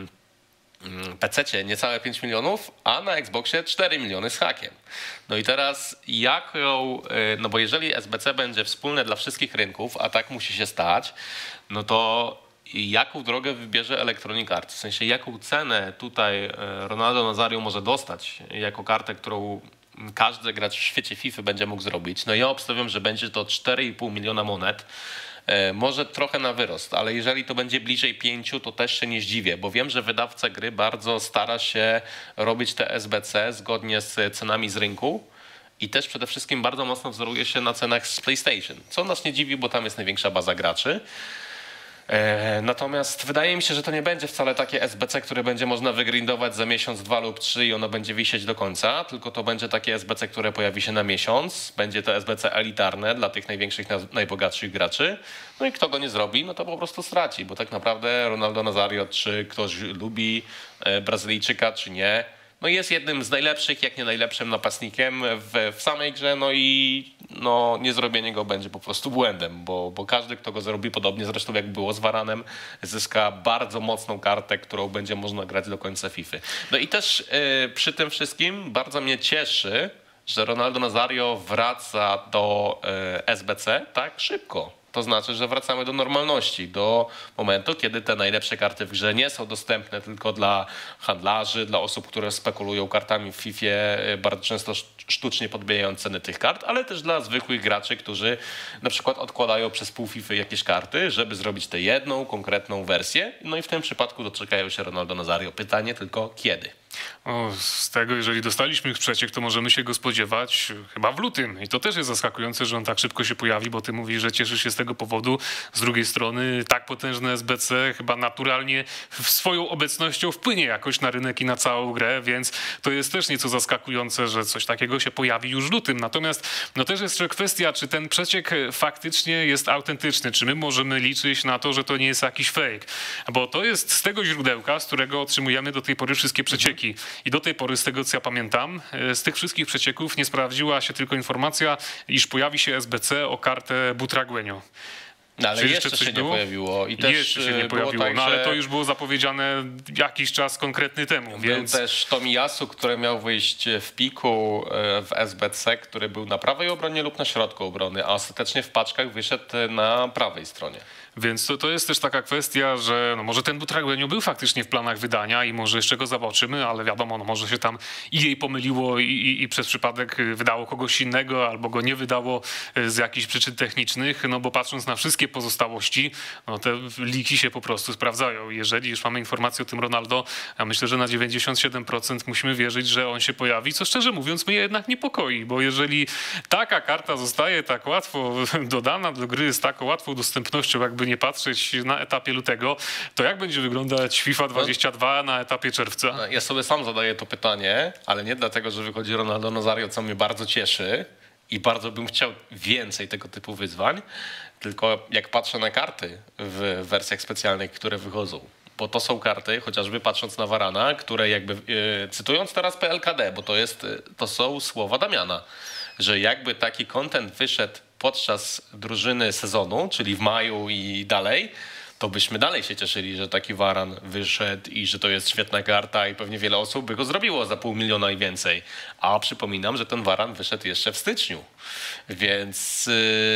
PC-cie niecałe 5 milionów, a na Xboxie 4 miliony z hakiem. No i teraz no bo jeżeli SBC będzie wspólne dla wszystkich rynków, a tak musi się stać, no to jaką drogę wybierze Electronic Arts? W sensie jaką cenę tutaj Ronaldo Nazario może dostać jako kartę, którą każdy gracz w świecie FIFA będzie mógł zrobić. No ja obstawiam, że będzie to 4,5 miliona monet. Może trochę na wyrost, ale jeżeli to będzie bliżej 5, to też się nie zdziwię, bo wiem, że wydawca gry bardzo stara się robić te SBC zgodnie z cenami z rynku i też przede wszystkim bardzo mocno wzoruje się na cenach z PlayStation, co nas nie dziwi, bo tam jest największa baza graczy. Natomiast wydaje mi się, że to nie będzie wcale takie SBC, które będzie można wygrindować za miesiąc, 2 lub 3 i ono będzie wisieć do końca, tylko to będzie takie SBC, które pojawi się na miesiąc. Będzie to SBC elitarne dla tych największych, najbogatszych graczy. No i kto go nie zrobi, no to po prostu straci, bo tak naprawdę Ronaldo Nazario, czy ktoś lubi Brazylijczyka, czy nie, no jest jednym z najlepszych, jak nie najlepszym napastnikiem w samej grze, no i no, niezrobienie go będzie po prostu błędem, bo każdy, kto go zrobi, podobnie zresztą jak było z Varanem, zyska bardzo mocną kartę, którą będzie można grać do końca FIFA. No i też przy tym wszystkim bardzo mnie cieszy, że Ronaldo Nazario wraca do SBC tak szybko. To znaczy, że wracamy do normalności, do momentu, kiedy te najlepsze karty w grze nie są dostępne tylko dla handlarzy, dla osób, które spekulują kartami w FIFA, bardzo często sztucznie podbijając ceny tych kart, ale też dla zwykłych graczy, którzy na przykład odkładają przez pół FIFA jakieś karty, żeby zrobić tę jedną konkretną wersję. No i w tym przypadku doczekają się Ronaldo Nazario. Pytanie tylko kiedy? Z tego, jeżeli dostaliśmy już przeciek, to możemy się go spodziewać chyba w lutym. I to też jest zaskakujące, że on tak szybko się pojawi, bo ty mówisz, że cieszysz się z tego powodu. Z drugiej strony tak potężne SBC chyba naturalnie swoją obecnością wpłynie jakoś na rynek i na całą grę, więc to jest też nieco zaskakujące, że coś takiego się pojawi już w lutym. Natomiast no też jest jeszcze kwestia, czy ten przeciek faktycznie jest autentyczny, czy my możemy liczyć na to, że to nie jest jakiś fake. Bo to jest z tego źródełka, z którego otrzymujemy do tej pory wszystkie przecieki. przecieki. I do tej pory, z tego co ja pamiętam, z tych wszystkich przecieków nie sprawdziła się tylko informacja, iż pojawi się SBC o kartę Butragueño. No, ale jeszcze się nie pojawiło. I też jeszcze się nie pojawiło, tak, no ale to już było zapowiedziane jakiś czas konkretny temu. Więc... Był też Tomiyasu, który miał wyjść w piku w SBC, który był na prawej obronie lub na środku obrony, a ostatecznie w paczkach wyszedł na prawej stronie. Więc to jest też taka kwestia, że no może ten Butragueño był faktycznie w planach wydania i może jeszcze go zobaczymy, ale wiadomo, no może się tam i jej pomyliło i przez przypadek wydało kogoś innego albo go nie wydało z jakichś przyczyn technicznych, no bo patrząc na wszystkie pozostałości, no te liki się po prostu sprawdzają. Jeżeli już mamy informację o tym Ronaldo, ja myślę, że na 97% musimy wierzyć, że on się pojawi, co szczerze mówiąc mnie jednak niepokoi, bo jeżeli taka karta zostaje tak łatwo dodana do gry z taką łatwą dostępnością, jakby nie patrzeć na etapie lutego, to jak będzie wyglądać FIFA 22 na etapie czerwca? Ja sobie sam zadaję to pytanie, ale nie dlatego, że wychodzi Ronaldo Nazario, co mnie bardzo cieszy i bardzo bym chciał więcej tego typu wyzwań, tylko jak patrzę na karty w wersjach specjalnych, które wychodzą, bo to są karty, chociażby patrząc na Varana, które jakby, cytując teraz PLKD, bo to są słowa Damiana, że jakby taki content wyszedł podczas drużyny sezonu, czyli w maju i dalej, to byśmy dalej się cieszyli, że taki Varan wyszedł i że to jest świetna karta i pewnie wiele osób by go zrobiło za 500 000 i więcej. A przypominam, że ten Varan wyszedł jeszcze w styczniu. Więc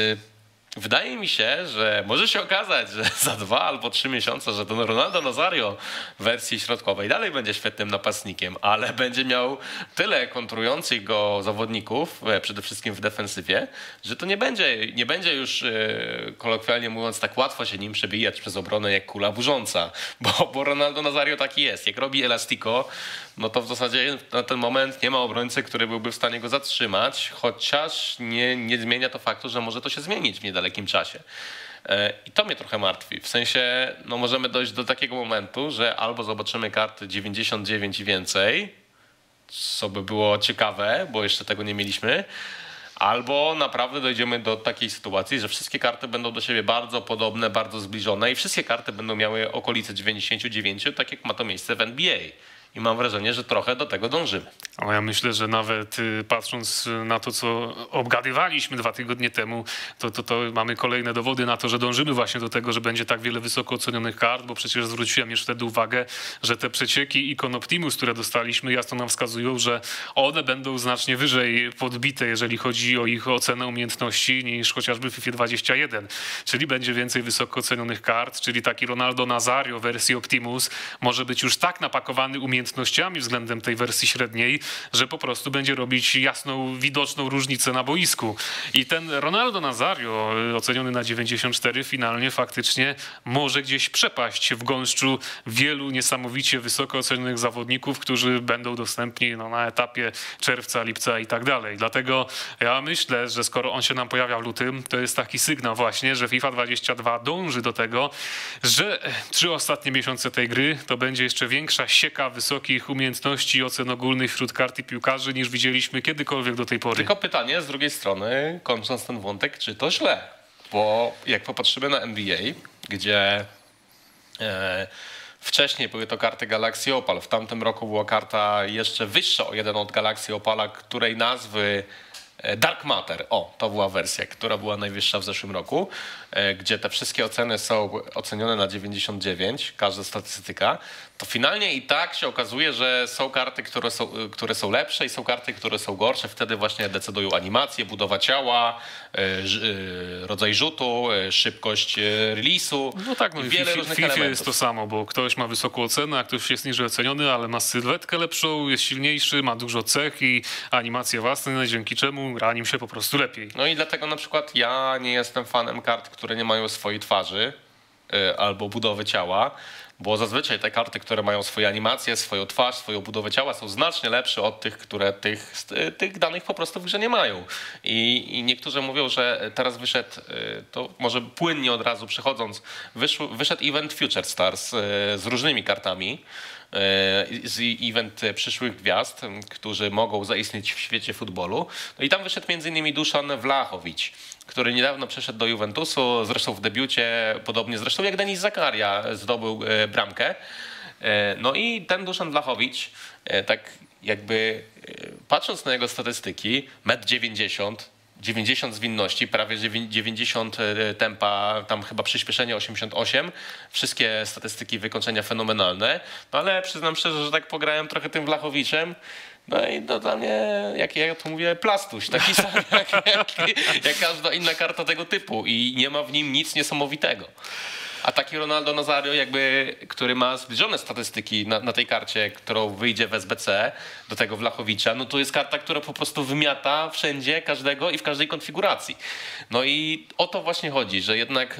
wydaje mi się, że może się okazać, że za 2 albo 3 miesiące, że ten Ronaldo Nazario w wersji środkowej dalej będzie świetnym napastnikiem, ale będzie miał tyle kontrujących go zawodników, przede wszystkim w defensywie, że to nie będzie już kolokwialnie mówiąc tak łatwo się nim przebijać przez obronę jak kula burząca, bo Ronaldo Nazario taki jest. Jak robi elastico, no to w zasadzie na ten moment nie ma obrońcy, który byłby w stanie go zatrzymać, chociaż nie zmienia to faktu, że może to się zmienić w niedalekim czasie. I to mnie trochę martwi. W sensie, no możemy dojść do takiego momentu, że albo zobaczymy karty 99 i więcej, co by było ciekawe, bo jeszcze tego nie mieliśmy, albo naprawdę dojdziemy do takiej sytuacji, że wszystkie karty będą do siebie bardzo podobne, bardzo zbliżone i wszystkie karty będą miały okolice 99, tak jak ma to miejsce w NBA. I mam wrażenie, że trochę do tego dążymy. Ale ja myślę, że nawet patrząc na to, co obgadywaliśmy 2 tygodnie temu, to mamy kolejne dowody na to, że dążymy właśnie do tego, że będzie tak wiele wysoko ocenionych kart, bo przecież zwróciłem już wtedy uwagę, że te przecieki Icon Optimus, które dostaliśmy, jasno nam wskazują, że one będą znacznie wyżej podbite, jeżeli chodzi o ich ocenę umiejętności niż chociażby w FIFA 21. Czyli będzie więcej wysoko ocenionych kart, czyli taki Ronaldo Nazario w wersji Optimus może być już tak napakowany umiejętnościami względem tej wersji średniej, że po prostu będzie robić jasną, widoczną różnicę na boisku. I ten Ronaldo Nazario, oceniony na 94, finalnie faktycznie może gdzieś przepaść w gąszczu wielu niesamowicie wysoko ocenionych zawodników, którzy będą dostępni na etapie czerwca, lipca i tak dalej. Dlatego ja myślę, że skoro on się nam pojawia w lutym, to jest taki sygnał właśnie, że FIFA 22 dąży do tego, że 3 ostatnie miesiące tej gry to będzie jeszcze większa sieka wysokich umiejętności i ocen ogólnych wśród kart i piłkarzy niż widzieliśmy kiedykolwiek do tej pory. Tylko pytanie z drugiej strony, kończąc ten wątek, czy to źle? Bo jak popatrzymy na NBA, gdzie wcześniej były to karty Galaxy Opal, w tamtym roku była karta jeszcze wyższa o 1 od Galaxy Opala, której nazwy Dark Matter, to była wersja, która była najwyższa w zeszłym roku, gdzie te wszystkie oceny są ocenione na 99, każda statystyka, to finalnie i tak się okazuje, że są karty, które są lepsze i są karty, które są gorsze. Wtedy właśnie decydują animacje, budowa ciała, rodzaj rzutu, szybkość release'u. No tak, no wiele różnych elementów. Jest to samo, bo ktoś ma wysoką ocenę, a ktoś jest niżej oceniony, ale ma sylwetkę lepszą, jest silniejszy, ma dużo cech i animacje własne, dzięki czemu gra nim się po prostu lepiej. No i dlatego na przykład ja nie jestem fanem kart, które nie mają swojej twarzy albo budowy ciała, bo zazwyczaj te karty, które mają swoje animacje, swoją twarz, swoją budowę ciała są znacznie lepsze od tych, które tych danych po prostu w grze nie mają. I niektórzy mówią, że teraz wyszedł, to może płynnie od razu przechodząc, wyszedł event Future Stars z różnymi kartami, z event przyszłych gwiazd, którzy mogą zaistnieć w świecie futbolu. No i tam wyszedł m.in. Dusan Vlahovic, który niedawno przeszedł do Juventusu, zresztą w debiucie, podobnie zresztą jak Denis Zakaria, zdobył bramkę. No i ten Duszan Blachowicz, tak jakby patrząc na jego statystyki, 1,90 m, 90 zwinności, prawie 90 tempa, tam chyba przyspieszenie 88, wszystkie statystyki wykończenia fenomenalne, no ale przyznam szczerze, że tak pograłem trochę tym Blachowiczem, no i to dla mnie, jak ja to mówię, plastuś, taki sam jak każda inna karta tego typu i nie ma w nim nic niesamowitego. A taki Ronaldo Nazario, jakby, który ma zbliżone statystyki na tej karcie, którą wyjdzie w SBC do tego Wlachowicza, no to jest karta, która po prostu wymiata wszędzie, każdego i w każdej konfiguracji. No i o to właśnie chodzi, że jednak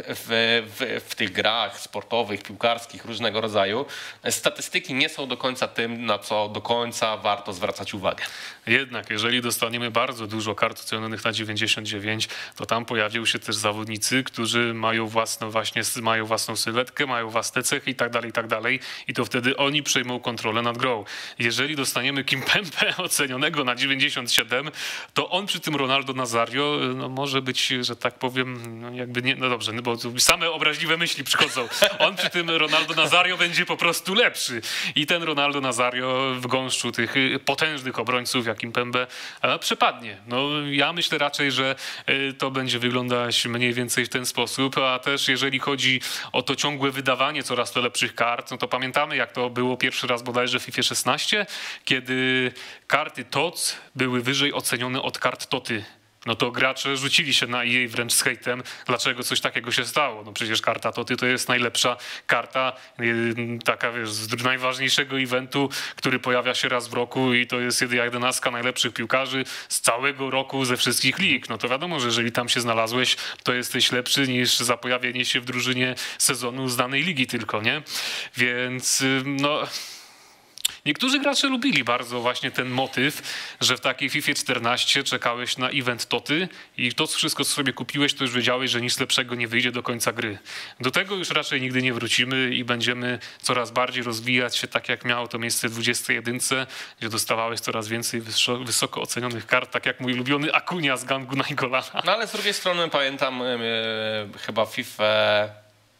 w tych grach sportowych, piłkarskich różnego rodzaju statystyki nie są do końca tym, na co do końca warto zwracać uwagę. Jednak, jeżeli dostaniemy bardzo dużo kart ocenionych na 99, to tam pojawią się też zawodnicy, którzy mają własną sylwetkę, mają własne cechy i tak dalej. I to wtedy oni przejmą kontrolę nad grą. Jeżeli dostaniemy Kimpempę ocenionego na 97, to on przy tym Ronaldo Nazario no może być, że tak powiem, no jakby nie, no dobrze, no bo tu same obraźliwe myśli przychodzą. On przy tym Ronaldo Nazario będzie po prostu lepszy. I ten Ronaldo Nazario w gąszczu tych potężnych obrońców, jak Kimpembe, przepadnie. No ja myślę raczej, że to będzie wyglądać mniej więcej w ten sposób, a też jeżeli chodzi o to ciągłe wydawanie coraz to lepszych kart, no to pamiętamy, jak to było pierwszy raz bodajże w FIFA 16, kiedy karty TOC były wyżej ocenione od kart TOTY. No to gracze rzucili się na EA wręcz z hejtem, dlaczego coś takiego się stało. No przecież karta TOTY to jest najlepsza karta, taka wiesz, z najważniejszego eventu, który pojawia się raz w roku i to jest 11 najlepszych piłkarzy z całego roku ze wszystkich lig. No to wiadomo, że jeżeli tam się znalazłeś, to jesteś lepszy niż za pojawienie się w drużynie sezonu z danej ligi tylko, nie? Więc no... Niektórzy gracze lubili bardzo właśnie ten motyw, że w takiej FIFA 14 czekałeś na event TOTY i to wszystko, co sobie kupiłeś, to już wiedziałeś, że nic lepszego nie wyjdzie do końca gry. Do tego już raczej nigdy nie wrócimy i będziemy coraz bardziej rozwijać się tak, jak miało to miejsce w 21, gdzie dostawałeś coraz więcej wysoko ocenionych kart, tak jak mój ulubiony Acuna z gangu Naingolana. No ale z drugiej strony pamiętam chyba FIFA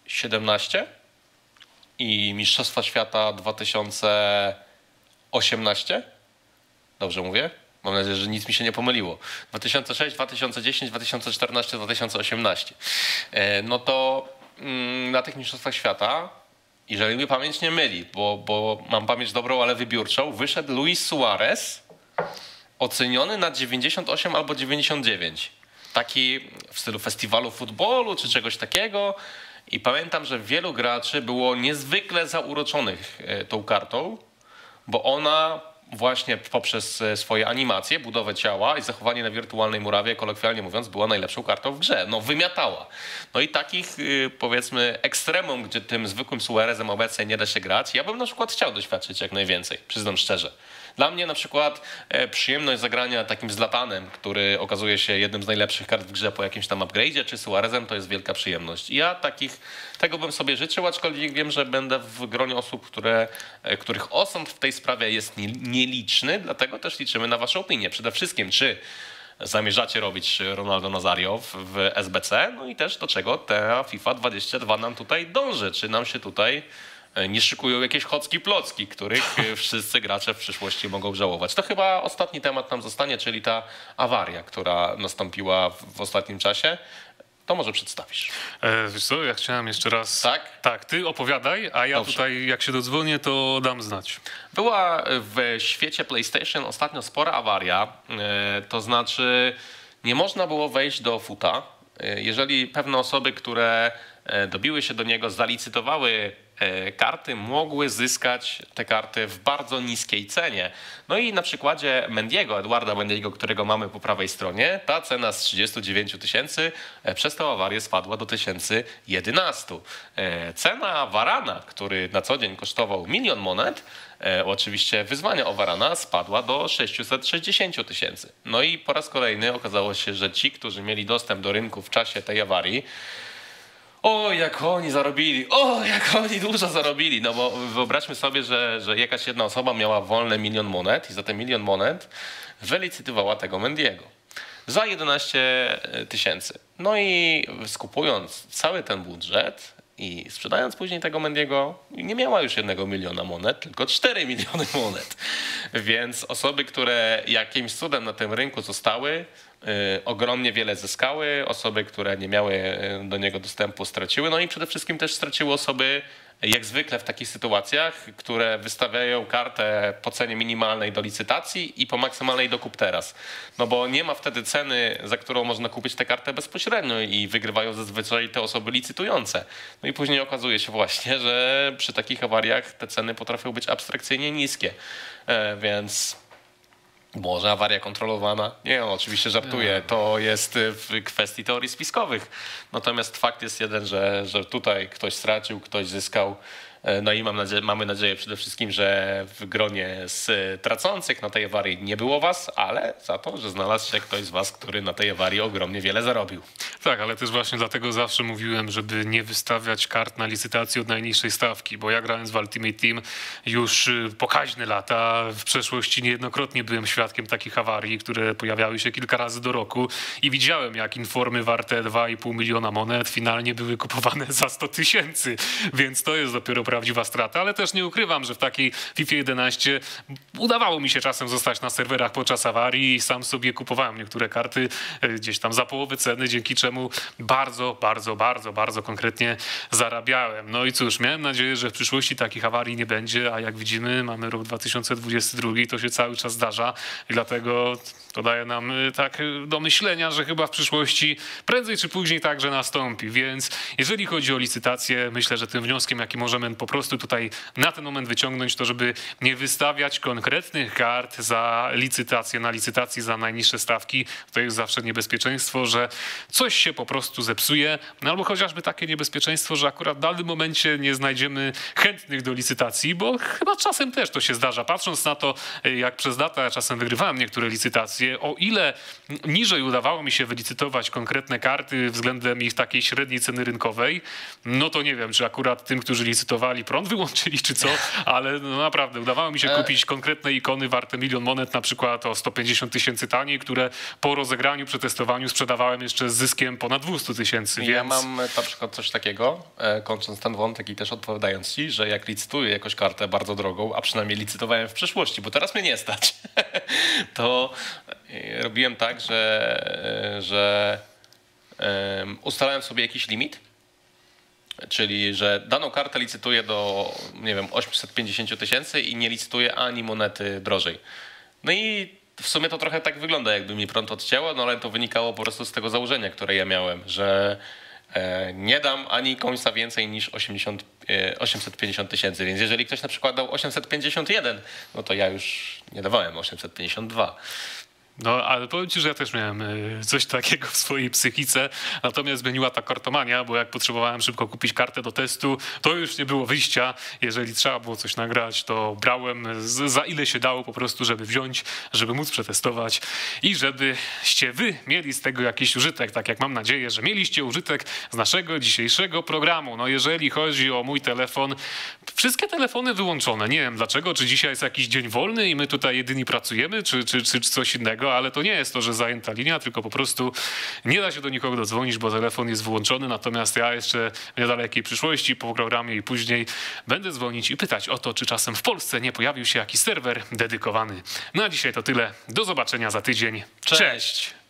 17 i Mistrzostwa Świata 2018. Dobrze mówię? Mam nadzieję, że nic mi się nie pomyliło. 2006, 2010, 2014, 2018. No to na tych Mistrzostwach Świata, jeżeli mnie pamięć nie myli, bo mam pamięć dobrą, ale wybiórczą, wyszedł Luis Suarez oceniony na 98 albo 99. Taki w stylu festiwalu futbolu czy czegoś takiego. I pamiętam, że wielu graczy było niezwykle zauroczonych tą kartą, bo ona właśnie poprzez swoje animacje, budowę ciała i zachowanie na wirtualnej murawie, kolokwialnie mówiąc, była najlepszą kartą w grze. No wymiatała. No i takich powiedzmy ekstremum, gdzie tym zwykłym Suarezem obecnie nie da się grać, ja bym na przykład chciał doświadczyć jak najwięcej, przyznam szczerze. Dla mnie na przykład przyjemność zagrania takim Zlatanem, który okazuje się jednym z najlepszych kart w grze po jakimś tam upgrade'zie, czy Suarezem, to jest wielka przyjemność. I ja tego bym sobie życzył, aczkolwiek wiem, że będę w gronie osób, których osąd w tej sprawie jest nieliczny, dlatego też liczymy na waszą opinię. Przede wszystkim, czy zamierzacie robić Ronaldo Nazario w SBC, no i też do czego ta FIFA 22 nam tutaj dąży, czy nam się tutaj nie szykują jakieś chocki plocki, których wszyscy gracze w przyszłości mogą żałować. To chyba ostatni temat nam zostanie, czyli ta awaria, która nastąpiła w ostatnim czasie. To może przedstawisz. Wiesz co, ja chciałem jeszcze raz... Tak? Tak, ty opowiadaj, a ja tutaj jak się dodzwonię, to dam znać. Była w świecie PlayStation ostatnio spora awaria, to znaczy nie można było wejść do futa. Jeżeli pewne osoby, które dobiły się do niego, zalicytowały karty, mogły zyskać te karty w bardzo niskiej cenie. No i na przykładzie Mendiego, Eduarda Mendiego, którego mamy po prawej stronie, ta cena z 39 000 przez tę awarię spadła do 1011. Cena Varana, który na co dzień kosztował 1 000 000 monet, oczywiście wyzwania o Varana, spadła do 660 000. No i po raz kolejny okazało się, że ci, którzy mieli dostęp do rynku w czasie tej awarii, o, jak oni zarobili, jak oni dużo zarobili. No bo wyobraźmy sobie, że jakaś jedna osoba miała wolne 1 000 000 monet i za te 1 000 000 monet wylicytowała tego Mendiego za 11 000. No i skupując cały ten budżet, I sprzedając później tego Mendiego, nie miała już 1 miliona monet, tylko 4 miliony monet. Więc osoby, które jakimś cudem na tym rynku zostały, ogromnie wiele zyskały. Osoby, które nie miały do niego dostępu, straciły. No i przede wszystkim też straciły osoby, jak zwykle w takich sytuacjach, które wystawiają kartę po cenie minimalnej do licytacji i po maksymalnej dokup teraz. No bo nie ma wtedy ceny, za którą można kupić tę kartę bezpośrednio i wygrywają zazwyczaj te osoby licytujące. No i później okazuje się właśnie, że przy takich awariach te ceny potrafią być abstrakcyjnie niskie. Więc może awaria kontrolowana? Nie, no, oczywiście żartuję. To jest w kwestii teorii spiskowych. Natomiast fakt jest jeden, że tutaj ktoś stracił, ktoś zyskał. No i mamy nadzieję przede wszystkim, że w gronie z tracących na tej awarii nie było was, ale za to, że znalazł się ktoś z was, który na tej awarii ogromnie wiele zarobił. Tak, ale też właśnie dlatego zawsze mówiłem, żeby nie wystawiać kart na licytacji od najniższej stawki, bo ja grając w Ultimate Team już pokaźne lata, w przeszłości niejednokrotnie byłem świadkiem takich awarii, które pojawiały się kilka razy do roku i widziałem, jak informy warte 2,5 miliona monet finalnie były kupowane za 100 000, więc to jest dopiero prawdziwa strata, ale też nie ukrywam, że w takiej FIFA 11 udawało mi się czasem zostać na serwerach podczas awarii i sam sobie kupowałem niektóre karty gdzieś tam za połowę ceny, dzięki czemu bardzo konkretnie zarabiałem. No i cóż, miałem nadzieję, że w przyszłości takich awarii nie będzie, a jak widzimy, mamy rok 2022 i to się cały czas zdarza i dlatego to daje nam tak do myślenia, że chyba w przyszłości prędzej czy później także nastąpi. Więc jeżeli chodzi o licytację, myślę, że tym wnioskiem, jaki możemy po prostu tutaj na ten moment wyciągnąć, to żeby nie wystawiać konkretnych kart za licytację, na licytacji za najniższe stawki. To jest zawsze niebezpieczeństwo, że coś się po prostu zepsuje, no albo chociażby takie niebezpieczeństwo, że akurat w danym momencie nie znajdziemy chętnych do licytacji, bo chyba czasem też to się zdarza. Patrząc na to, jak przez lata ja czasem wygrywałem niektóre licytacje, o ile niżej udawało mi się wylicytować konkretne karty względem ich takiej średniej ceny rynkowej, no to nie wiem, czy akurat tym, którzy licytowali, prąd wyłączyli, czy co, ale no naprawdę udawało mi się kupić konkretne ikony warte 1 000 000 monet, na przykład o 150 000 taniej, które po rozegraniu, przetestowaniu sprzedawałem jeszcze z zyskiem ponad 200 000. Więc... Ja mam na przykład coś takiego, kończąc ten wątek i też odpowiadając ci, że jak licytuję jakąś kartę bardzo drogą, a przynajmniej licytowałem w przeszłości, bo teraz mnie nie stać, to robiłem tak, że ustalałem sobie jakiś limit, czyli że daną kartę licytuję do, nie wiem, 850 000 i nie licytuję ani monety drożej. No i w sumie to trochę tak wygląda, jakby mi prąd odcięło, no ale to wynikało po prostu z tego założenia, które ja miałem, że nie dam ani końca więcej niż 850 000, więc jeżeli ktoś na przykład dał 851, no to ja już nie dawałem 852. No, ale powiem ci, że ja też miałem coś takiego w swojej psychice, natomiast zmieniła ta kartomania, bo jak potrzebowałem szybko kupić kartę do testu, to już nie było wyjścia. Jeżeli trzeba było coś nagrać, to brałem za ile się dało po prostu, żeby wziąć, żeby móc przetestować i żebyście wy mieli z tego jakiś użytek, tak jak mam nadzieję, że mieliście użytek z naszego dzisiejszego programu. No jeżeli chodzi o mój telefon, wszystkie telefony wyłączone. Nie wiem dlaczego, czy dzisiaj jest jakiś dzień wolny i my tutaj jedyni pracujemy, czy coś innego, ale to nie jest to, że zajęta linia, tylko po prostu nie da się do nikogo dodzwonić, bo telefon jest wyłączony, natomiast ja jeszcze w niedalekiej przyszłości po programie i później będę dzwonić i pytać o to, czy czasem w Polsce nie pojawił się jakiś serwer dedykowany. No a dzisiaj to tyle. Do zobaczenia za tydzień. Cześć!